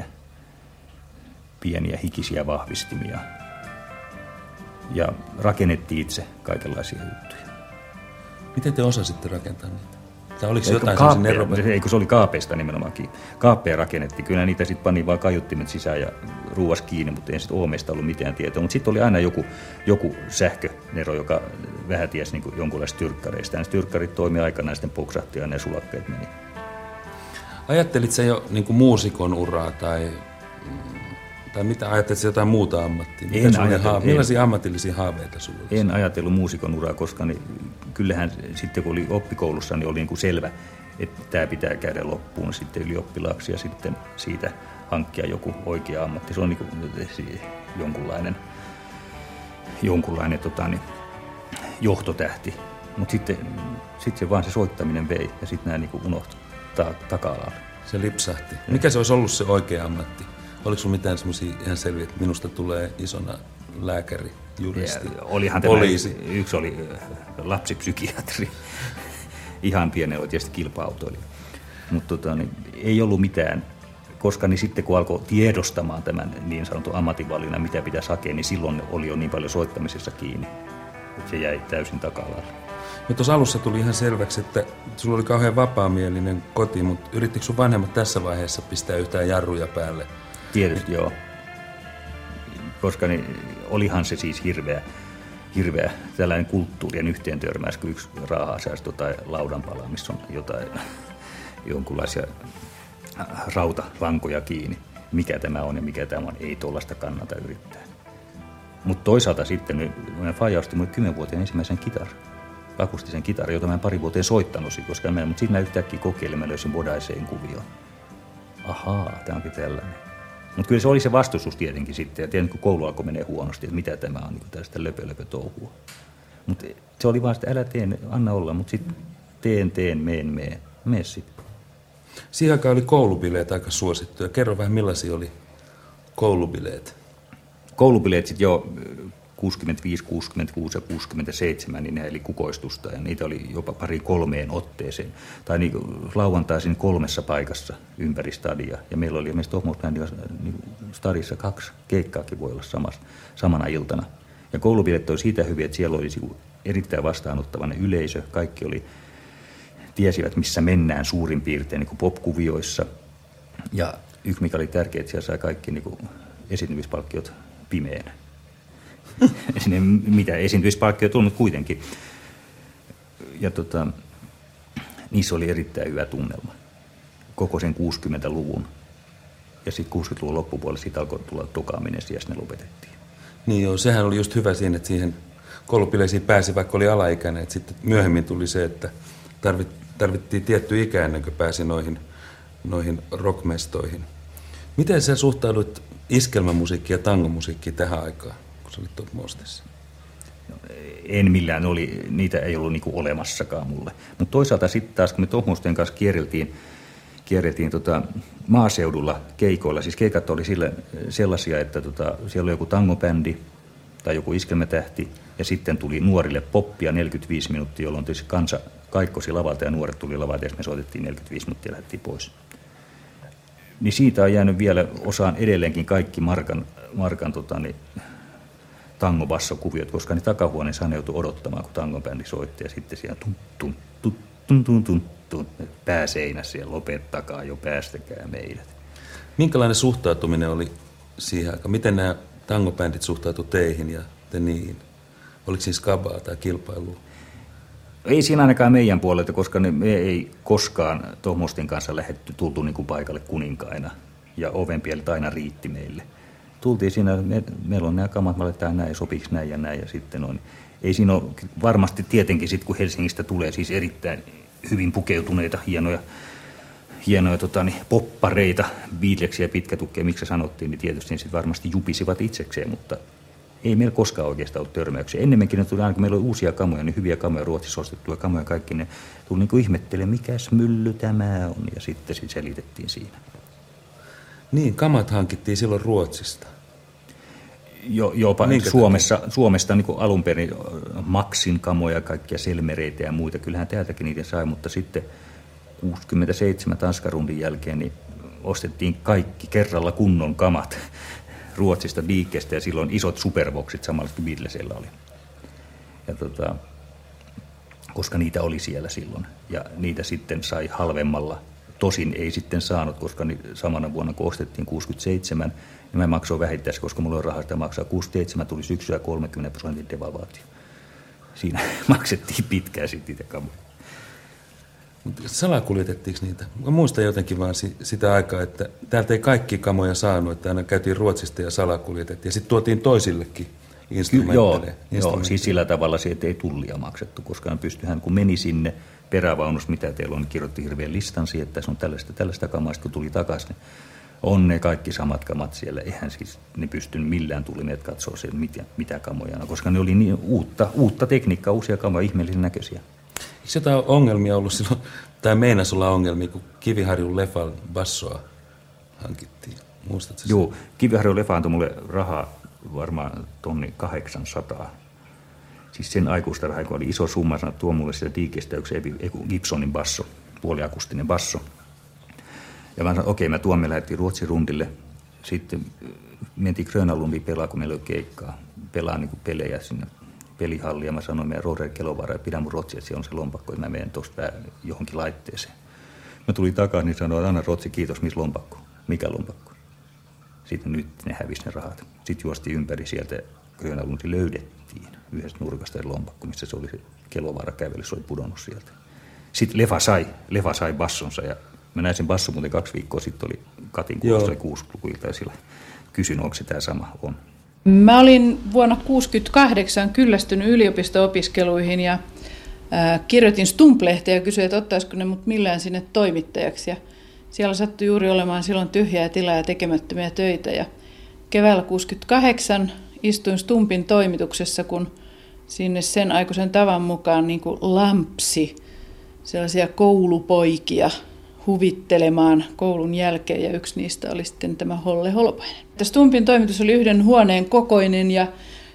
pieniä hikisiä vahvistimia. Ja rakennettiin itse kaikenlaisia juttuja. Miten te osasitte rakentaa niitä? Tai oliko jotain sellaisia eikö se oli kaapeista nimenomaankin. Kaappeja rakennettiin. Kyllä niitä sitten pani vaan kaiuttimet sisään ja ruuas kiinni, mutta ei sitten oomeista ollut mitään tietoa. Mutta sitten oli aina joku sähkönero, joka vähän tiesi niin jonkunlaista tyrkkareista. Ja ne tyrkkarit toimi aikanaan, sitten poksahti ja ne sulakkeet meni. Ajattelit sä jo niin kuin muusikon uraa tai mitä, ajattelit sä jotain muuta ammattia? Millaisia ammatillisia haaveita sulla oli? En ajatellut muusikon uraa, koska kyllähän sitten kun oli oppikoulussa, niin oli niin kuin selvä, että tämä pitää käydä loppuun sitten ylioppilaaksi ja sitten siitä hankkia joku oikea ammatti. Se on niin kuin jonkunlainen johtotähti. Mutta sitten se vaan se soittaminen vei ja sitten nämä niin kuin unohtui taka-alalle. Se lipsahti. Mikä se olisi ollut se oikea ammatti? Oliko sinulla mitään semmoisia ihan selviä, että minusta tulee isona lääkäri, juristi, poliisi? Yksi oli lapsipsykiatri. Ihan pieni oli tietysti kilpa-autoilija. Mutta ei ollut mitään, koska niin sitten kun alkoi tiedostamaan tämän niin sanotun ammatinvalinnan, mitä pitäisi hakea, niin silloin oli jo niin paljon soittamisessa kiinni, että se jäi täysin taka-alalle. No tuossa alussa tuli ihan selväksi, että sulla oli kauhean vapaamielinen koti, mutta yrittikö sun vanhemmat tässä vaiheessa pistää yhtään jarruja päälle? Tietysti joo, koska olihan se siis hirveä tällainen kulttuurien yhteen törmäys, kun yksi raahaa säästö tai laudanpala, missä on jotain jonkunlaisia rautalankoja kiinni. Mikä tämä on ja mikä tämä on, ei tuollaista kannata yrittää. Mutta toisaalta sitten faija osti mulle 10-vuotiaan ensimmäisen akustisen kitaran, jota mä en pari vuoteen soittanut, koska mutta sitten mä yhtäkkiä kokeilin, mä löysin Bodaiseen kuvioon. Ahaa, tämä onkin tällainen. Mutta kyllä se oli se vastustus tietenkin sitten, ja tietenkin kun koulu alkoi menee huonosti, että mitä tämä on, niin tällaista löpö-touhua. Mutta se oli vaan sitä, älä teen, anna olla, mutta sitten mene sitten. Siihen aikaan oli koulubileet aika suosittuja. Kerro vähän, millaisia oli koulubileet? Koulubileet sitten jo, 65, 66 ja 67, niin ne eli kukoistusta, ja niitä oli jopa 2-3 otteeseen. Tai niin lauantaisin 3 paikassa ympäri stadia, ja meillä oli esimerkiksi Tohmousbändillä niin stadissa 2 keikkaakin voi olla samana iltana. Ja koulubileet oli siitä hyviä, että siellä oli erittäin vastaanottavainen yleisö, kaikki tiesivät missä mennään suurin piirtein niin kuin pop-kuvioissa, ja yksi mikä oli tärkeää, että siellä sai kaikki niin kuin esiintymispalkkiot pimeänä. Mitä esiintymispalkkioita on, mutta kuitenkin. Ja niissä oli erittäin hyvä tunnelma. Koko sen 60-luvun. Ja sitten 60-luvun loppupuolella siitä alkoi tulla tokaaminen, ja ne lopetettiin. Niin joo, sehän oli just hyvä siinä, että siihen koulubileisiin pääsi, vaikka oli alaikäinen. Että sitten myöhemmin tuli se, että tarvittiin tietty ikä ennen kuin pääsi noihin rockmestoihin. Miten sä suhtaudut iskelmämusiikkiin ja tangomusiikkiin tähän aikaan, kun sä olit Tohmoustessa? No, en millään, niitä ei ollut niinku olemassakaan mulle. Mutta toisaalta sitten taas, kun me Tohmousten kanssa kierreltiin maaseudulla keikoilla, siis keikat oli sellaisia, että siellä oli joku tangobändi tai joku iskelmätähti, ja sitten tuli nuorille poppia 45 minuuttia, jolloin tietysti kansa kaikkosi lavalta ja nuoret tuli lavalta, ja me soitettiin 45 minuuttia ja lähdettiin pois. Niin siitä on jäänyt vielä osaan edelleenkin kaikki Markan tangobassokuviot, koska ne takahuoneessa joutui odottamaan, kun tangobändi soitti, ja sitten siellä pääseinässä ja lopettakaa jo, päästäkää meidät. Minkälainen suhtautuminen oli siihen aikaan? Miten nämä tangobändit suhtautuivat teihin ja te niihin? Oliko siinä skabaa tai kilpailua? Ei siinä ainakaan meidän puolelta, koska me ei koskaan Tohmousten kanssa tultu niin kuin paikalle kuninkaina, ja ovenpielet aina riitti meille. Tultiin siinä, meillä on nämä kamat, me aletaan näin, sopiks näin ja näin, ja sitten on. Ei siinä ole varmasti tietenkin sitten, kun Helsingistä tulee siis erittäin hyvin pukeutuneita, hienoja poppareita, Beatlesia ja pitkätukkeja, miksi sanottiin, niin tietysti ne sitten varmasti jupisivat itsekseen, mutta ei meillä koskaan oikeastaan ollut törmäyksiä. Ennemminkin ne tuli aina, kun meillä oli uusia kamoja, niin hyviä kamoja, Ruotsissa ostettuja kamoja, kaikki ne tuli niin kuin ihmettelemään, mikäs mylly tämä on, ja sitten selitettiin siinä. Niin, kamat hankittiin silloin Ruotsista. Jopa Suomesta niin kuin alun perin Maxin kamoja, kaikkia Selmereitä ja muita. Kyllähän täältäkin niitä sai, mutta sitten 67 Tanskarundin jälkeen niin ostettiin kaikki kerralla kunnon kamat Ruotsista Diikestä, ja silloin isot supervoksit samalla kuin Beatlesilla oli. Ja koska niitä oli siellä silloin, ja niitä sitten sai halvemmalla. Tosin ei sitten saanut, koska samana vuonna kun ostettiin 67, niin mä maksoin vähittäisi, koska mulla on rahaa sitä maksaa. 67 tuli syksyä 30% devalvaatio. Siinä maksettiin pitkään sitten niitä kamoja. Mutta salakuljetettiinko niitä? Mä muistan jotenkin vaan sitä aikaa, että täältä ei kaikki kamoja saanut, että aina käytiin Ruotsista ja salakuljetettiin. Ja sitten tuotiin toisillekin instrumentteille. Joo, siis sillä tavalla se, että ei tullia maksettu, koska pystyihän, kun meni sinne perävaunus, mitä teillä on, niin kirjoitti hirveän listan siihen, että tässä on tällaista kamaa, kun tuli takaisin. Niin on ne kaikki samat kamat siellä. Eihän siis ne pystynyt millään tulimeet katsoa sen, mitä kamoja on, koska ne oli niin uutta tekniikkaa, uusia kamoja, ihmeellisen näköisiä. Eikö jotain ongelmia ollut silloin, tai meinasi olla ongelmia, kun Kiviharjun Leffan bassoa hankittiin? Muistatko sen? Joo, Kiviharjun Leffa antoi mulle rahaa varmaan 800. Siis sen aikuista rahaa, kun oli iso summa, sanoi, tuo mulle sitä Diikestä yksi Gibsonin basso, puoliakustinen basso. Ja mä sanoin, okei, mä tuon, me lähdettiin Ruotsin rundille. Sitten mentiin Grönalundiin pelaa, kun meillä oli keikkaa. Pelaa niin kuin pelejä sinne pelihalliin. Ja mä sanoin meidän Roder Kelovaara, ja pidä mun Rotsi, että siellä on se lompakko, ja mä menen tuosta johonkin laitteeseen. Mä tulin takaisin, niin sanoin, anna Rotsi, kiitos, missä lompakko? Mikä lompakko? Sitten nyt ne hävisi ne rahat. Sitten juostiin ympäri sieltä, Grönalundi löydettiin yhdestä nurkasta lompakko, missä se oli se Kelovaara kävely, se oli pudonnut sieltä. Sitten Leffa sai bassonsa, ja mä näin sen basson muuten 2 viikkoa sitten, oli Katin kuulosta 60-lukuilta, ja sillä kysyin, onko se tämä sama on. Mä olin vuonna 1968 kyllästynyt yliopisto-opiskeluihin ja kirjoitin Stump-lehteä ja kysyin, että ottaisiko ne mut millään sinne toimittajaksi. Ja siellä sattui juuri olemaan silloin tyhjää tilaa ja tekemättömiä töitä. Ja keväällä 1968 istuin Stumpin toimituksessa, kun sinne sen aikuisen tavan mukaan niin kuin lampsi sellaisia koulupoikia huvittelemaan koulun jälkeen, ja yksi niistä oli sitten tämä Holle Holopainen. Stumpin toimitus oli 1 huoneen kokoinen, ja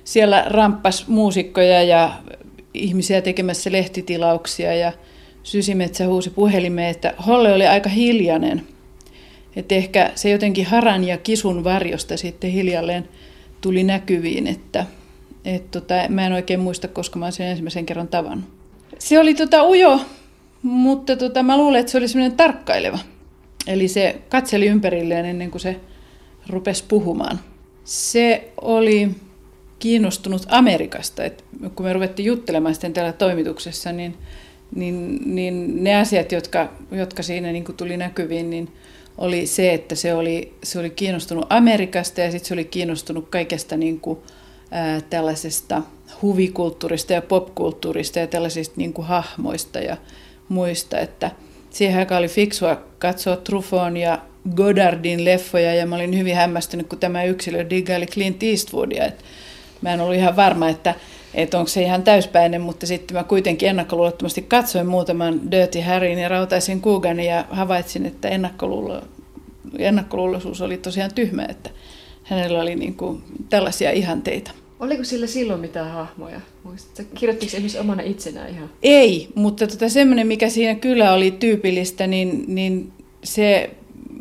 siellä ramppas muusikkoja ja ihmisiä tekemässä lehtitilauksia ja Sysimetsä huusi puhelimeen, että Holle oli aika hiljainen. Että ehkä se jotenkin haran ja kisun varjosta sitten hiljalleen tuli näkyviin, että mä en oikein muista, koska mä olen sen ensimmäisen kerran tavannut. Se oli ujo, mutta mä luulen, että se oli semmoinen tarkkaileva. Eli se katseli ympärilleen ennen kuin se rupesi puhumaan. Se oli kiinnostunut Amerikasta. Et kun me ruvettiin juttelemaan sitten täällä toimituksessa, niin ne asiat, jotka siinä niin kuin tuli näkyviin, niin oli se, että se oli kiinnostunut Amerikasta ja sitten se oli kiinnostunut kaikesta niin kuin, tällaisesta huvikulttuurista ja popkulttuurista ja tällaisista niin kuin hahmoista ja muista, että siihen aikaan oli fiksua katsoa Truffon ja Goddardin leffoja ja mä olin hyvin hämmästynyt, kun tämä yksilö diggaili Clint Eastwoodia. Et mä en ollut ihan varma, että onko se ihan täyspäinen, mutta sitten mä kuitenkin ennakkoluulottomasti katsoin muutaman Dirty Harryn ja Rautaisen Couganin ja havaitsin, että ennakkoluuloisuus oli tosiaan tyhmä, että hänellä oli niin kuin tällaisia ihanteita. Oliko sillä silloin mitään hahmoja? Muistatko? Kirjoittiko esimerkiksi omana itsenään ihan? Ei, mutta semmoinen, mikä siinä kyllä oli tyypillistä, niin se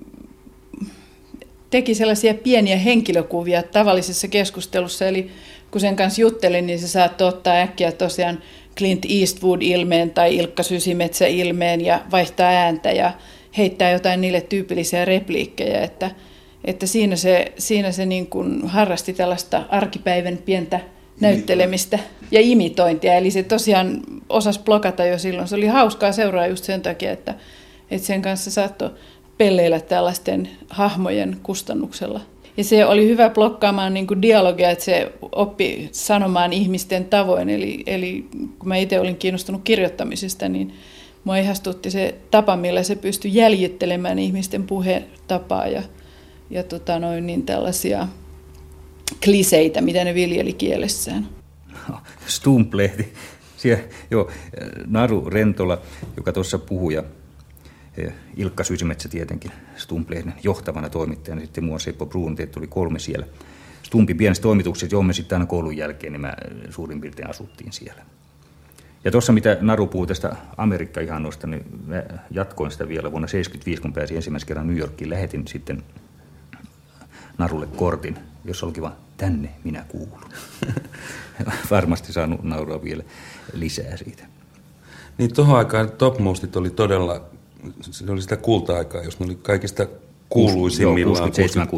teki sellaisia pieniä henkilökuvia tavallisessa keskustelussa. Eli kun sen kanssa juttelin, niin se saattoi ottaa äkkiä tosiaan Clint Eastwood-ilmeen tai Ilkka Sysimetsä-ilmeen ja vaihtaa ääntä ja heittää jotain niille tyypillisiä repliikkejä, että siinä se niin kuin harrasti tällaista arkipäivän pientä näyttelemistä ja imitointia. Eli se tosiaan osasi blokata jo silloin. Se oli hauskaa seuraa just sen takia, että sen kanssa saattoi pelleillä tällaisten hahmojen kustannuksella. Ja se oli hyvä blokkaamaan niin kuin dialogia, että se oppi sanomaan ihmisten tavoin. Eli kun mä itse olin kiinnostunut kirjoittamisesta, niin mua ihastutti se tapa, millä se pystyi jäljittelemään ihmisten puhetapaa ja niin tällaisia kliseitä, mitä ne viljeli kielessään. Stumplehti. Siellä, Naru Rentola, joka tuossa puhui, ja Ilkka Sysimetsä tietenkin Stumplehden johtavana toimittajana, sitten mua Seppo Bruun, teitä oli 3 siellä. Stumpin pienessä toimituksessa, johon me sitten aina koulun jälkeen, niin mä suurin piirtein asuttiin siellä. Ja tuossa, mitä Naru puhui tästä Amerikka-ihannosta, niin mä jatkoin sitä vielä vuonna 1975, kun pääsin ensimmäisen kerran New Yorkiin. Lähetin sitten Narulle kortin, jossa olikin vaan, tänne minä kuulun. Varmasti saanut nauraa vielä lisää siitä. Niin tuohon aikaan Topmostit oli todella, se oli sitä kulta-aikaa, jos ne oli kaikista kuuluisimmillaan.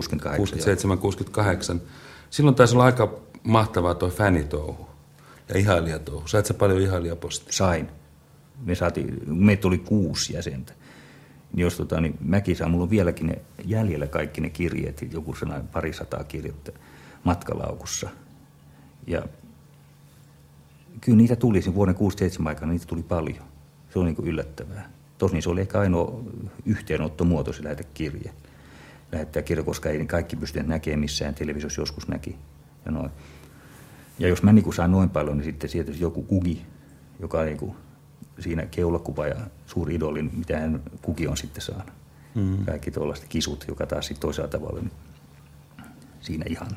67-68. Silloin taisi olla aika mahtavaa tuo fänitouhu ja ihailijatouhu. Sait sä paljon ihailijapostia? Sain. Meitä oli 6 jäsentä. Jos niin mäkin saan, mulla on vieläkin ne jäljellä kaikki ne kirjeet, joku 200 kirjettä matkalaukussa. Ja kyllä niitä tuli, sen vuoden 67 aikana niitä tuli paljon. Se on niin kuin yllättävää. Tosin se oli ehkä ainoa yhteenottomuoto se lähetekirje. Lähettää kirja, koska ei kaikki pystyneet näkemään missään, televisiossa joskus näki. Ja, noin. Ja jos mä niin saan noin paljon, niin sitten sieltä joku Kugi, joka on niin siinä keulakuva ja suuri idolin, mitä hän Kuki on sitten saanut. Kaikki tuollaiset kisut, joka taas sitten toisella tavalla niin siinä ihanne.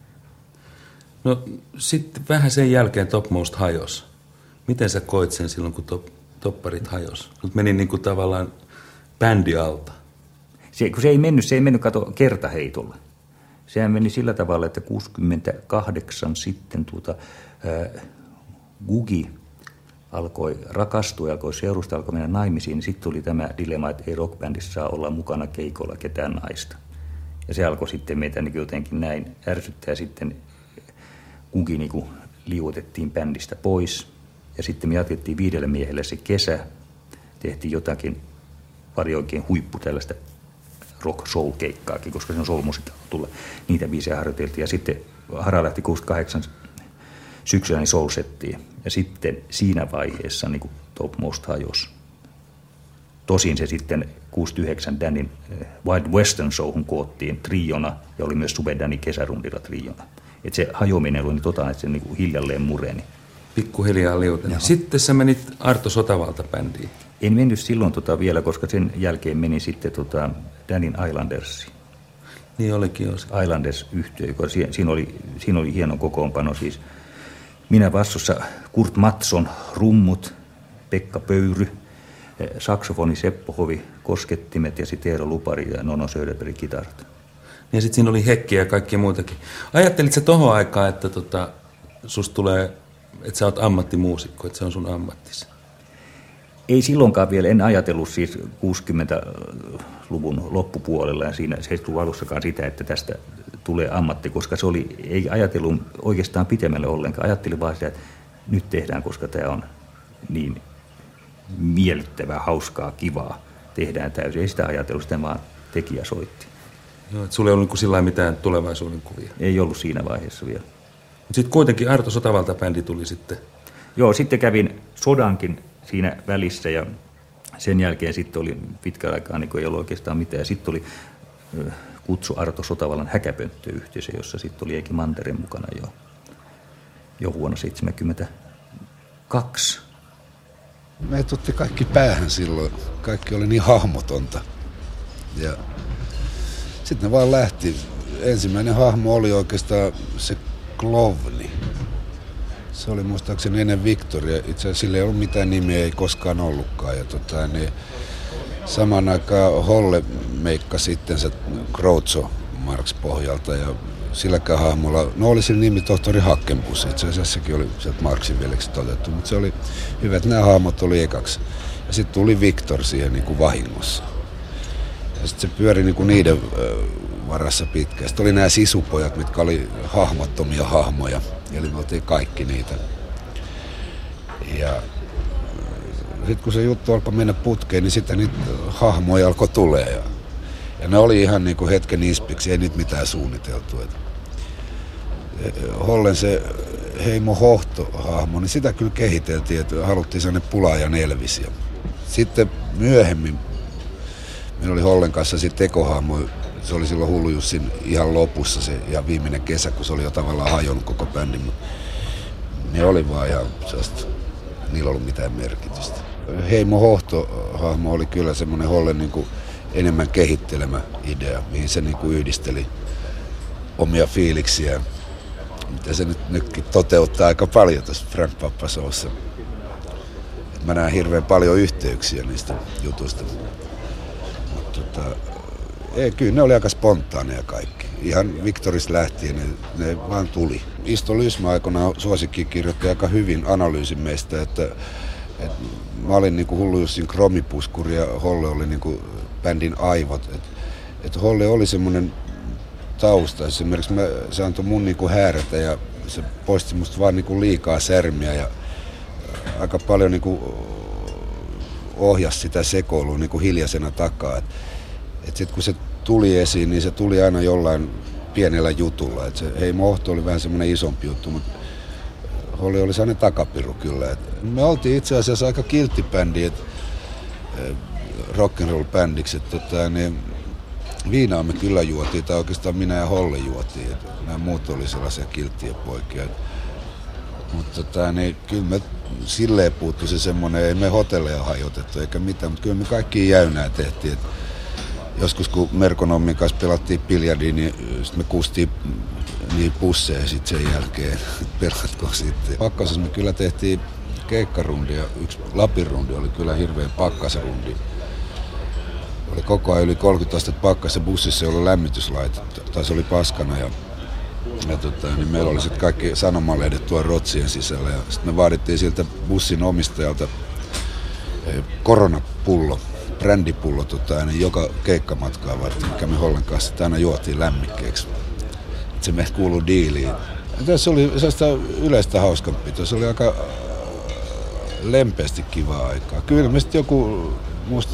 No sitten vähän sen jälkeen Topmost hajosi. Miten sä koit sen silloin, kun topparit hajosi? Nyt meni niin kuin tavallaan bändi alta. Se ei mennyt kato kertaheitolla. Sehän meni sillä tavalla, että 68 sitten Gugi alkoi rakastua, alkoi seurustaa, alkoi mennä naimisiin, niin sitten tuli tämä dilemma, että ei rockbändissä saa olla mukana keikolla ketään naista. Ja se alkoi sitten meitä niin jotenkin näin ärsyttää. Sitten Gugi niin liuotettiin bändistä pois. Ja sitten me jatkettiin 5 miehelle se kesä. Tehtiin jotakin pari oikein huippu tällaista rock-soul-keikkaakin, koska se on soul-musiikka tulla. Niitä biisejä harjoiteltiin. Ja sitten Hara lähti 68 syksyllä niin soul-settiin. Ja sitten siinä vaiheessa niin kuin Topmost hajosi. Tosin se sitten 69 Danin Wild Western Showhun koottiin triona ja oli myös Sube Danin kesärundilla triona. Että se hajoaminen oli niin että se niin kuin hiljalleen mureni. Pikkuhiljaa liuteni. Sitten sä menit Arto Sotavalta-bändiin. En mennyt silloin vielä, koska sen jälkeen meni sitten Danin Islandersiin. Niin olikin jo. Islanders-yhtiö, siinä oli hieno kokoonpano. Siis minä bassossa, Kurt Mattsson, rummut, Pekka Pöyry, saksofoni Seppo Hovi, koskettimet ja sitten Eero Lupari ja Nono Söderberg kitarat. Ja sitten siinä oli Hekki ja kaikkia muitakin. Ajattelit sä tohon aikaan, että susta tulee, että sä oot ammattimuusikko, että se on sun ammattis? Ei silloinkaan vielä, en ajatellut siis 60-luvun loppupuolella ja siinä 70-luvun alussakaan sitä, että tästä tulee ammatti, koska se oli, ei ajatellut oikeastaan pitemmälle ollenkaan. Ajattelin vaan sitä, että nyt tehdään, koska tämä on niin miellyttävää, hauskaa, kivaa. Tehdään täysin. Ei sitä ajatellut, sitä vaan tekijä soitti. Joo, että sulla ei ollut sillä mitään tulevaisuuden kuvia? Ei ollut siinä vaiheessa vielä. Sitten kuitenkin Arto Sotavalta-bändi tuli sitten. Joo, sitten kävin sodankin siinä välissä ja sen jälkeen sitten oli pitkä aikaa, niin ei ollut oikeastaan mitään. Sitten oli kutsu Arto Sotavallan häkäpönttöyhteisö, jossa sitten oli Eiki Mantereen mukana jo vuonna 1972. Meitä otti kaikki päähän silloin. Kaikki oli niin hahmotonta. Ja sitten ne vaan lähti. Ensimmäinen hahmo oli oikeastaan se Klovni. Se oli muistaakseni ennen Victoria. Itse asiassa sillä ei ollut mitään nimeä, ei koskaan ollutkaan. Ja saman aikaan Holle meikka sitten se Groucho Marx pohjalta ja silläkään hahmolla, no oli sillä nimi tohtori Hackenbus, itse asiassa sekin oli sieltä Marxin veljeksi otettu, mutta se oli hyvä, että nämä hahmot oli ekaksi. Ja sitten tuli Victor siihen niin kuin vahingossa. Ja sitten se pyöri niin kuin niiden varassa pitkään. Sitten oli nämä sisupojat, mitkä oli hahmottomia hahmoja, eli me oltiin kaikki niitä. Ja sitten kun se juttu alkoi mennä putkeen, niin sitten niitä hahmoja alkoi tulee. Ja ne oli ihan niin kuin hetken ispiksi, ei niitä mitään suunniteltu. Hollen se Heimo Hohto-hahmo, niin sitä kyllä kehiteltiin, että haluttiin sellainen Pulaajan Elvis. Ja sitten myöhemmin meillä oli Hollen kanssa sitten ekohahmo, se oli silloin Hullu Jussin ihan lopussa se ja viimeinen kesä, kun se oli jo tavallaan hajonnut koko bändi, mutta ne oli vaan ihan sellaista, niillä ei ollut mitään merkitystä. Heimo Hohto-hahmo oli kyllä semmoinen Hollen niin kuin enemmän kehittelemä idea, mihin se niin kuin yhdisteli omia fiiliksiä, mitä se nytkin toteuttaa aika paljon tuossa Frank Zappa Showssa. Mä näen hirveän paljon yhteyksiä niistä jutuista. Kyllä ne oli aika spontaaneja kaikki. Ihan Victorista lähtien ne vaan tuli. Isto Lysmä aikoinaan suosikki kirjoitti aika hyvin analyysin meistä, että mä olin niinku Hullu Jussin kromipuskuri ja Holle oli niinku bändin aivot. Et Holle oli semmoinen tausta. Esimerkiksi se antoi mun niinku häärätä ja se poisti musta vaan niinku liikaa särmiä ja aika paljon niinku ohjasi sitä sekoilua niinku hiljaisena takaa. Et sit kun se tuli esiin, niin se tuli aina jollain pienellä jutulla. Et se Heimo Hohto oli vähän semmoinen isompi juttu, mutta Holli oli sellainen takapiru kyllä. Me oltiin itse asiassa aika kiltti bändi, rock'n'roll-bändiksi. Viinaa me kyllä juotiin, tai oikeastaan minä ja Holle juotiin. Nämä muut oli sellaisia kilttiä poikia. Mutta kyllä me silleen puuttui se semmoinen, ei me hotelleja hajotettu eikä mitään, mutta kyllä me kaikki jäynää tehtiin. Joskus kun Merkonommin kanssa pelattiin biljardia, niin sitten me kustiin niin pusseja sitten sen jälkeen, pelatko sitten. Pakkasessa me kyllä tehtiin keikkarundia, yksi Lapin rundi oli kyllä hirveän pakkasrundi. Oli koko ajan yli 30 astetta pakkassa, bussissa ei ollut lämmityslaite, tai se oli paskana. Niin meillä oli sitten kaikki sanomalehdet tuolla rotsien sisällä ja sitten me vaadittiin siltä bussin omistajalta koronapullo. Brändipullo niin joka keikkamatkaa varten, mikä me Hollen kanssa aina juotiin lämmikkeeksi. Se meistä kuului diiliin. Tässä oli sellaista yleistä hauskanpitoa. Se oli aika lempeästi kivaa aikaa. Kyllä me sitten joku, muista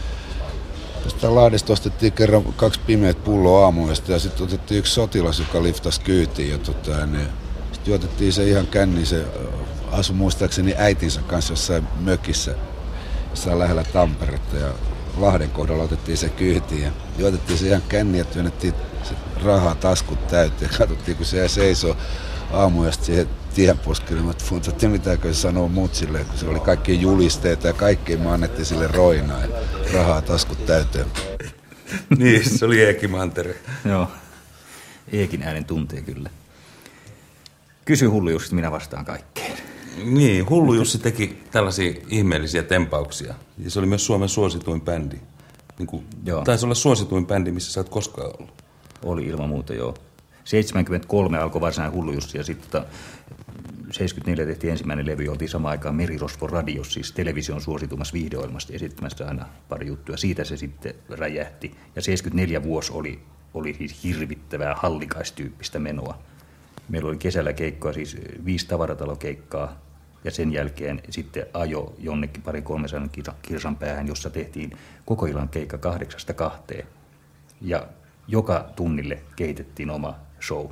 tästä Lahdesta ostettiin kerran 2 pimeät pulloa aamuyöstä ja sitten otettiin yksi sotilas, joka liftasi kyytiin. Ja sitten juotettiin se ihan känni, se asui muistaakseni äitinsä kanssa jossain mökissä. Jossain lähellä Tamperetta ja Lahden kohdalla otettiin se kyytiin ja juotettiin se ihan känni ja työnnettiin se rahaa taskut täyteen ja katsottiin kun se seisoo aamuyöstä siihen tienposkelle, että funtattiin mitäänkö se sanoo muut silleen, kun se oli kaikki julisteita ja kaikkea me annettiin sille roinaa ja rahaa taskut täyteen. Niin, se oli Eeki Mantere. Joo, Eekin äänen tuntee kyllä. Kysy Hullu Jussi, minä vastaan kaikkeen. Niin, Hullu Jussi teki tällaisia ihmeellisiä tempauksia. Ja se oli myös Suomen suosituin bändi. Taisi olla suosituin bändi, missä sä oot koskaan ollut. Oli ilman muuta, joo. 73 alkoi varsinainen Hullu Jussi ja sitten 74 tehtiin ensimmäinen levy, oltiin samaan aikaan Merirosvon radiossa, siis television suositummassa viihdeohjelmasta esittämässä aina pari juttuja. Siitä se sitten räjähti. Ja 74 vuosi oli siis hirvittävää hallikaistyyppistä menoa. Meillä oli kesällä keikkoa, siis 5 tavaratalokeikkaa, ja sen jälkeen sitten ajo jonnekin 200-300 kilsan päähän, jossa tehtiin koko illan keikka 8-2. Ja joka tunnille kehitettiin oma show.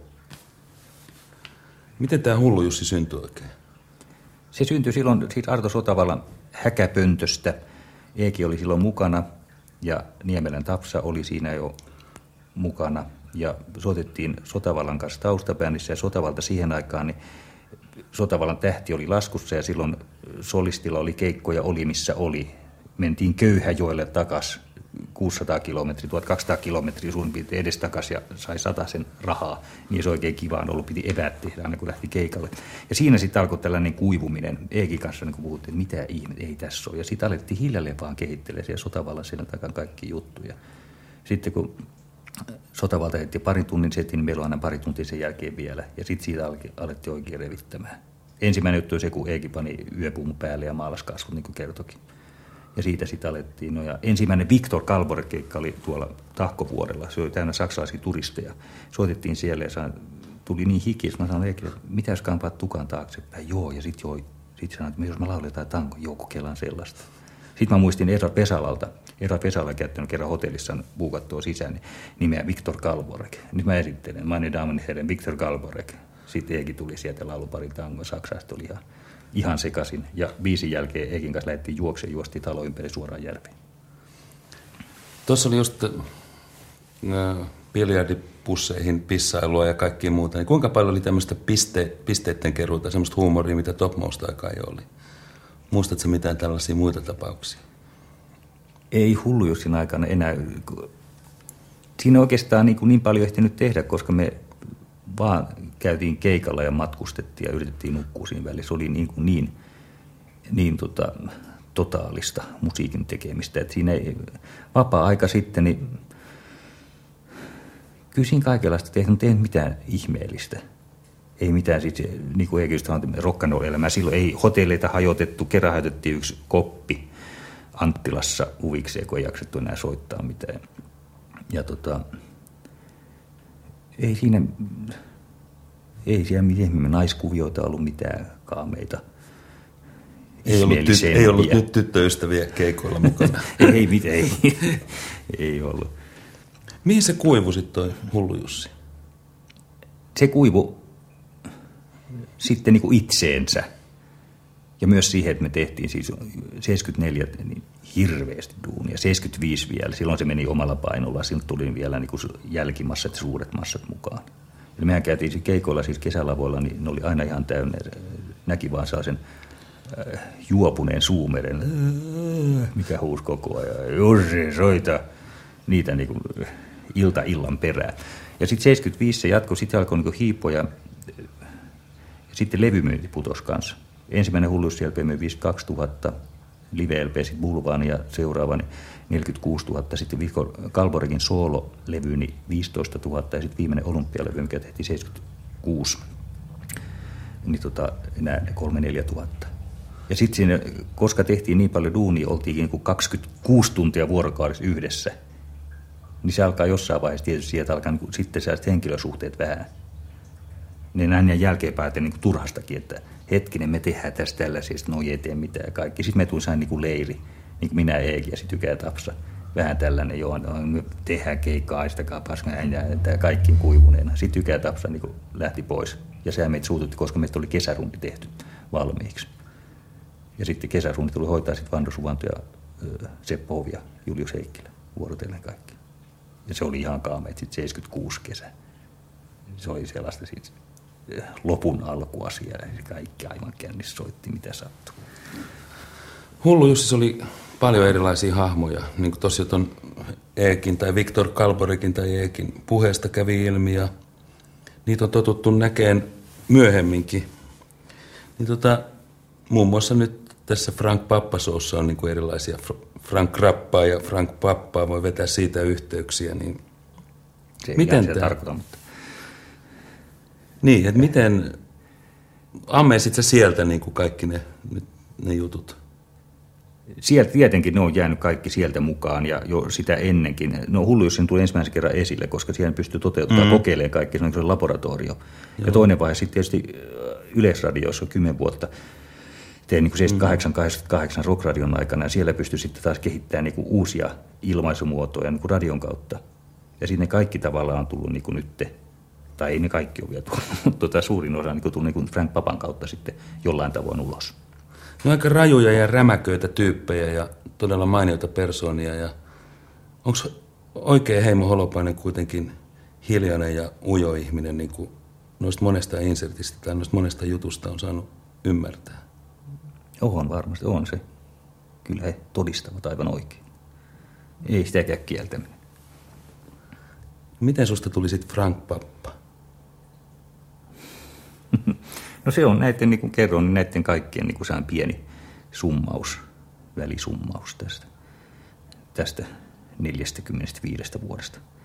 Miten tämä Hullu Jussi syntyi oikein? Se syntyi silloin siitä Arto Sotavallan häkäpöntöstä. Eeki oli silloin mukana ja Niemelän Tapsa oli siinä jo mukana. Ja soitettiin Sotavallan kanssa taustabändissä ja Sotavalta siihen aikaan, niin Sotavallan tähti oli laskussa ja silloin solistilla oli keikkoja oli missä oli. Mentiin Köyhäjoelle takaisin 600 kilometriä, 1200 kilometriä suurin piirtein edestakaisin ja sai 100 rahaa. Niin se oikein kiva on ollut, piti eväät tehdä aina kun lähti keikalle. Ja siinä sitten alkoi tällainen kuivuminen. Eekin kanssa niin kun puhuttiin, että mitä ihmettä ei tässä ole. Ja sitten alettiin hiljalleen vaan kehittelemään siellä Sotavallan sen takan kaikki juttuja. Sitten kun Sotavalta heitti parin tunnin setin, niin meillä on aina pari tuntia sen jälkeen vielä. Ja sitten siitä alettiin oikein revittämään. Ensimmäinen juttu oli se, kun Eeki pani yöpumu päälle ja maalasi kasvot, niin kuin kertokin. Ja siitä sitten alettiin. No ja ensimmäinen Viktor Kalborg-keikka oli tuolla Tahkovuorella. Se oli täynnä saksalaisia turisteja. Soitettiin siellä ja tuli niin hiki, että mä sanoin Eekille, että mitä jos kampaat tukan taaksepäin? Joo, ja sitten sanoin, että jos mä lauletaan tango, joo, kokeillaan sellaista. Sitten mä muistin Eera Pesalalta. Eera Pesala käyttänyt kerran hotellissa buukattua sisään, niin nimeä Viktor Kalborg. Nyt mä esittelen, meine Damen herren, Viktor Kalborg. Sitten Eeki tuli sieltä laulupari tango, Saksasta tuli ihan sekaisin. Ja biisin jälkeen Eekin kanssa lähdettiin juosti talo ympäri suoraan järveen. Tuossa oli just biljardipusseihin pissailua ja kaikkia muuta. Niin kuinka paljon oli tämmöistä pisteiden keruuta, semmoista huumoria, mitä Topmost-aikaa jo oli? Muistatko mitään tällaisia muita tapauksia? Ei Hullu Jussin aikana enää. Siinä oikeastaan niin paljon ehtinyt tehdä, koska me vaan käytiin keikalla ja matkustettiin ja yritettiin nukkua siinä välissä. Se oli niin totaalista musiikin tekemistä. Että siinä ei, vapaa-aika sitten, niin kyllä siinä kaikenlaista tehnyt, mutta ei mitään ihmeellistä. Ei mitään, niin kuin Eekin sanoi, rock'n'roll-elämää. Silloin ei hotelleita hajotettu, kerran hajotettiin yksi koppi Anttilassa huvikseen, kun ei jaksettu enää soittaa mitään. Ja ei siellä mitään naiskuvioita ollut mitään kaameita. Ei ollut nyt tyttöystäviä keikoilla mukana. ei ollut. Mihin se kuivui sitten toi Hullu Jussi? Se kuivui sitten niin kuin itseensä. Ja myös siihen, että me tehtiin siis 74 niin hirveästi duunia, 75 vielä. Silloin se meni omalla painolla, silloin tuli vielä niin kuin jälkimassat, suuret massat mukaan. Eli mehän käytiin siis keikoilla siis kesälavoilla, niin ne oli aina ihan täynnä. Näki vaan sellaisen juopuneen suumeren, mikä huusi koko ajan. Jussi, soita niitä niin kuin illan perään. Ja sitten 75 se jatkoi, sitten alkoi niin hiipua ja sitten levymyynti putosi kanssa. Ensimmäinen Hullu Jussi LP myi 52 000, live-LP sitten Bulvaan ja seuraavan 46 000. Sitten Viktor Kalborgin soololevy niin 15 000 ja sitten viimeinen Olympialevy, mikä tehtiin 76, niin enää 3-4 000. Ja sitten siinä, koska tehtiin niin paljon duunia, oltiin niin kuin 26 tuntia vuorokaudessa yhdessä, niin se alkaa jossain vaiheessa tietysti sieltä alkaa niin sitten sellaiset henkilösuhteet vähän. Ne näin jälkeenpäin niin turhastakin, että hetkinen, me tehdään tässä tällaisia, no ei tee mitään ja kaikki. Sitten me tulin niin kuin leiri, niin kuin minä Eeki ja sitten Tykä ja Tapsa. Vähän tällainen, joo, me tehdään keikkaa, aistakaa paskaa, ja kaikki kuivuneena. Sitten Tykä ja Tapsa niin kuin lähti pois. Ja sehän meitä suututti, koska meitä oli kesärundi tehty valmiiksi. Ja sitten kesärundi tuli hoitaa sitten Vando Suvanto ja Seppo Hovi ja Julius Heikkilä vuorotellen kaikki. Ja se oli ihan kaameet sitten 76 kesä. Se oli sellaista siis lopun alkuasia ja kaikki aivan kännissä soitti mitä sattuu. Hullu Jussi oli paljon erilaisia hahmoja. Niin kuin tuossa tuon Eekin tai Viktor Kalborikin tai Eekin puheesta kävi ilmi ja niitä on totuttu näkeen myöhemminkin. Niin muun muassa nyt tässä Frank Pappa-showssa on niin kuin erilaisia Frank Rappaa ja Frank Pappaa, voi vetää siitä yhteyksiä. Niin se ei miten sitä tarkoita, mutta... Niin, että miten ammeisit sä sieltä niin kuin kaikki ne jutut? Sieltä tietenkin ne on jäänyt kaikki sieltä mukaan ja jo sitä ennenkin. No hullu, jos sen tuli ensimmäisen kerran esille, koska siihen pystyy toteuttamaan kokeilemaan kaikki, se on laboratorio. Joo. Ja toinen vaihe sitten tietysti Yleisradiossa 10 vuotta. Tein niin 78 Rockradion aikana ja siellä pystyi sitten taas kehittämään niin uusia ilmaisumuotoja niin radion kautta. Ja sitten ne kaikki tavallaan on tullut niin nyt, tai ei ne kaikki ole vielä tullut, mutta suurin osa on tullut niin Frank Papan kautta sitten jollain tavoin ulos. No aika rajuja ja rämäköitä tyyppejä ja todella mainioita persoonia. Ja onko oikein Heimo Holopainen kuitenkin hiljainen ja ujo ihminen, niin kuin noista monesta insertistä tai noista monesta jutusta on saanut ymmärtää? On varmasti, on se. Kyllä he todistavat aivan oikein. Ei sitäkään kieltäminen. Miten susta tuli sitten Frank Pappa? No se on näiden, niin kuin kerron, niin näiden kaikkien niin kuin pieni summaus, välisummaus tästä 45 vuodesta.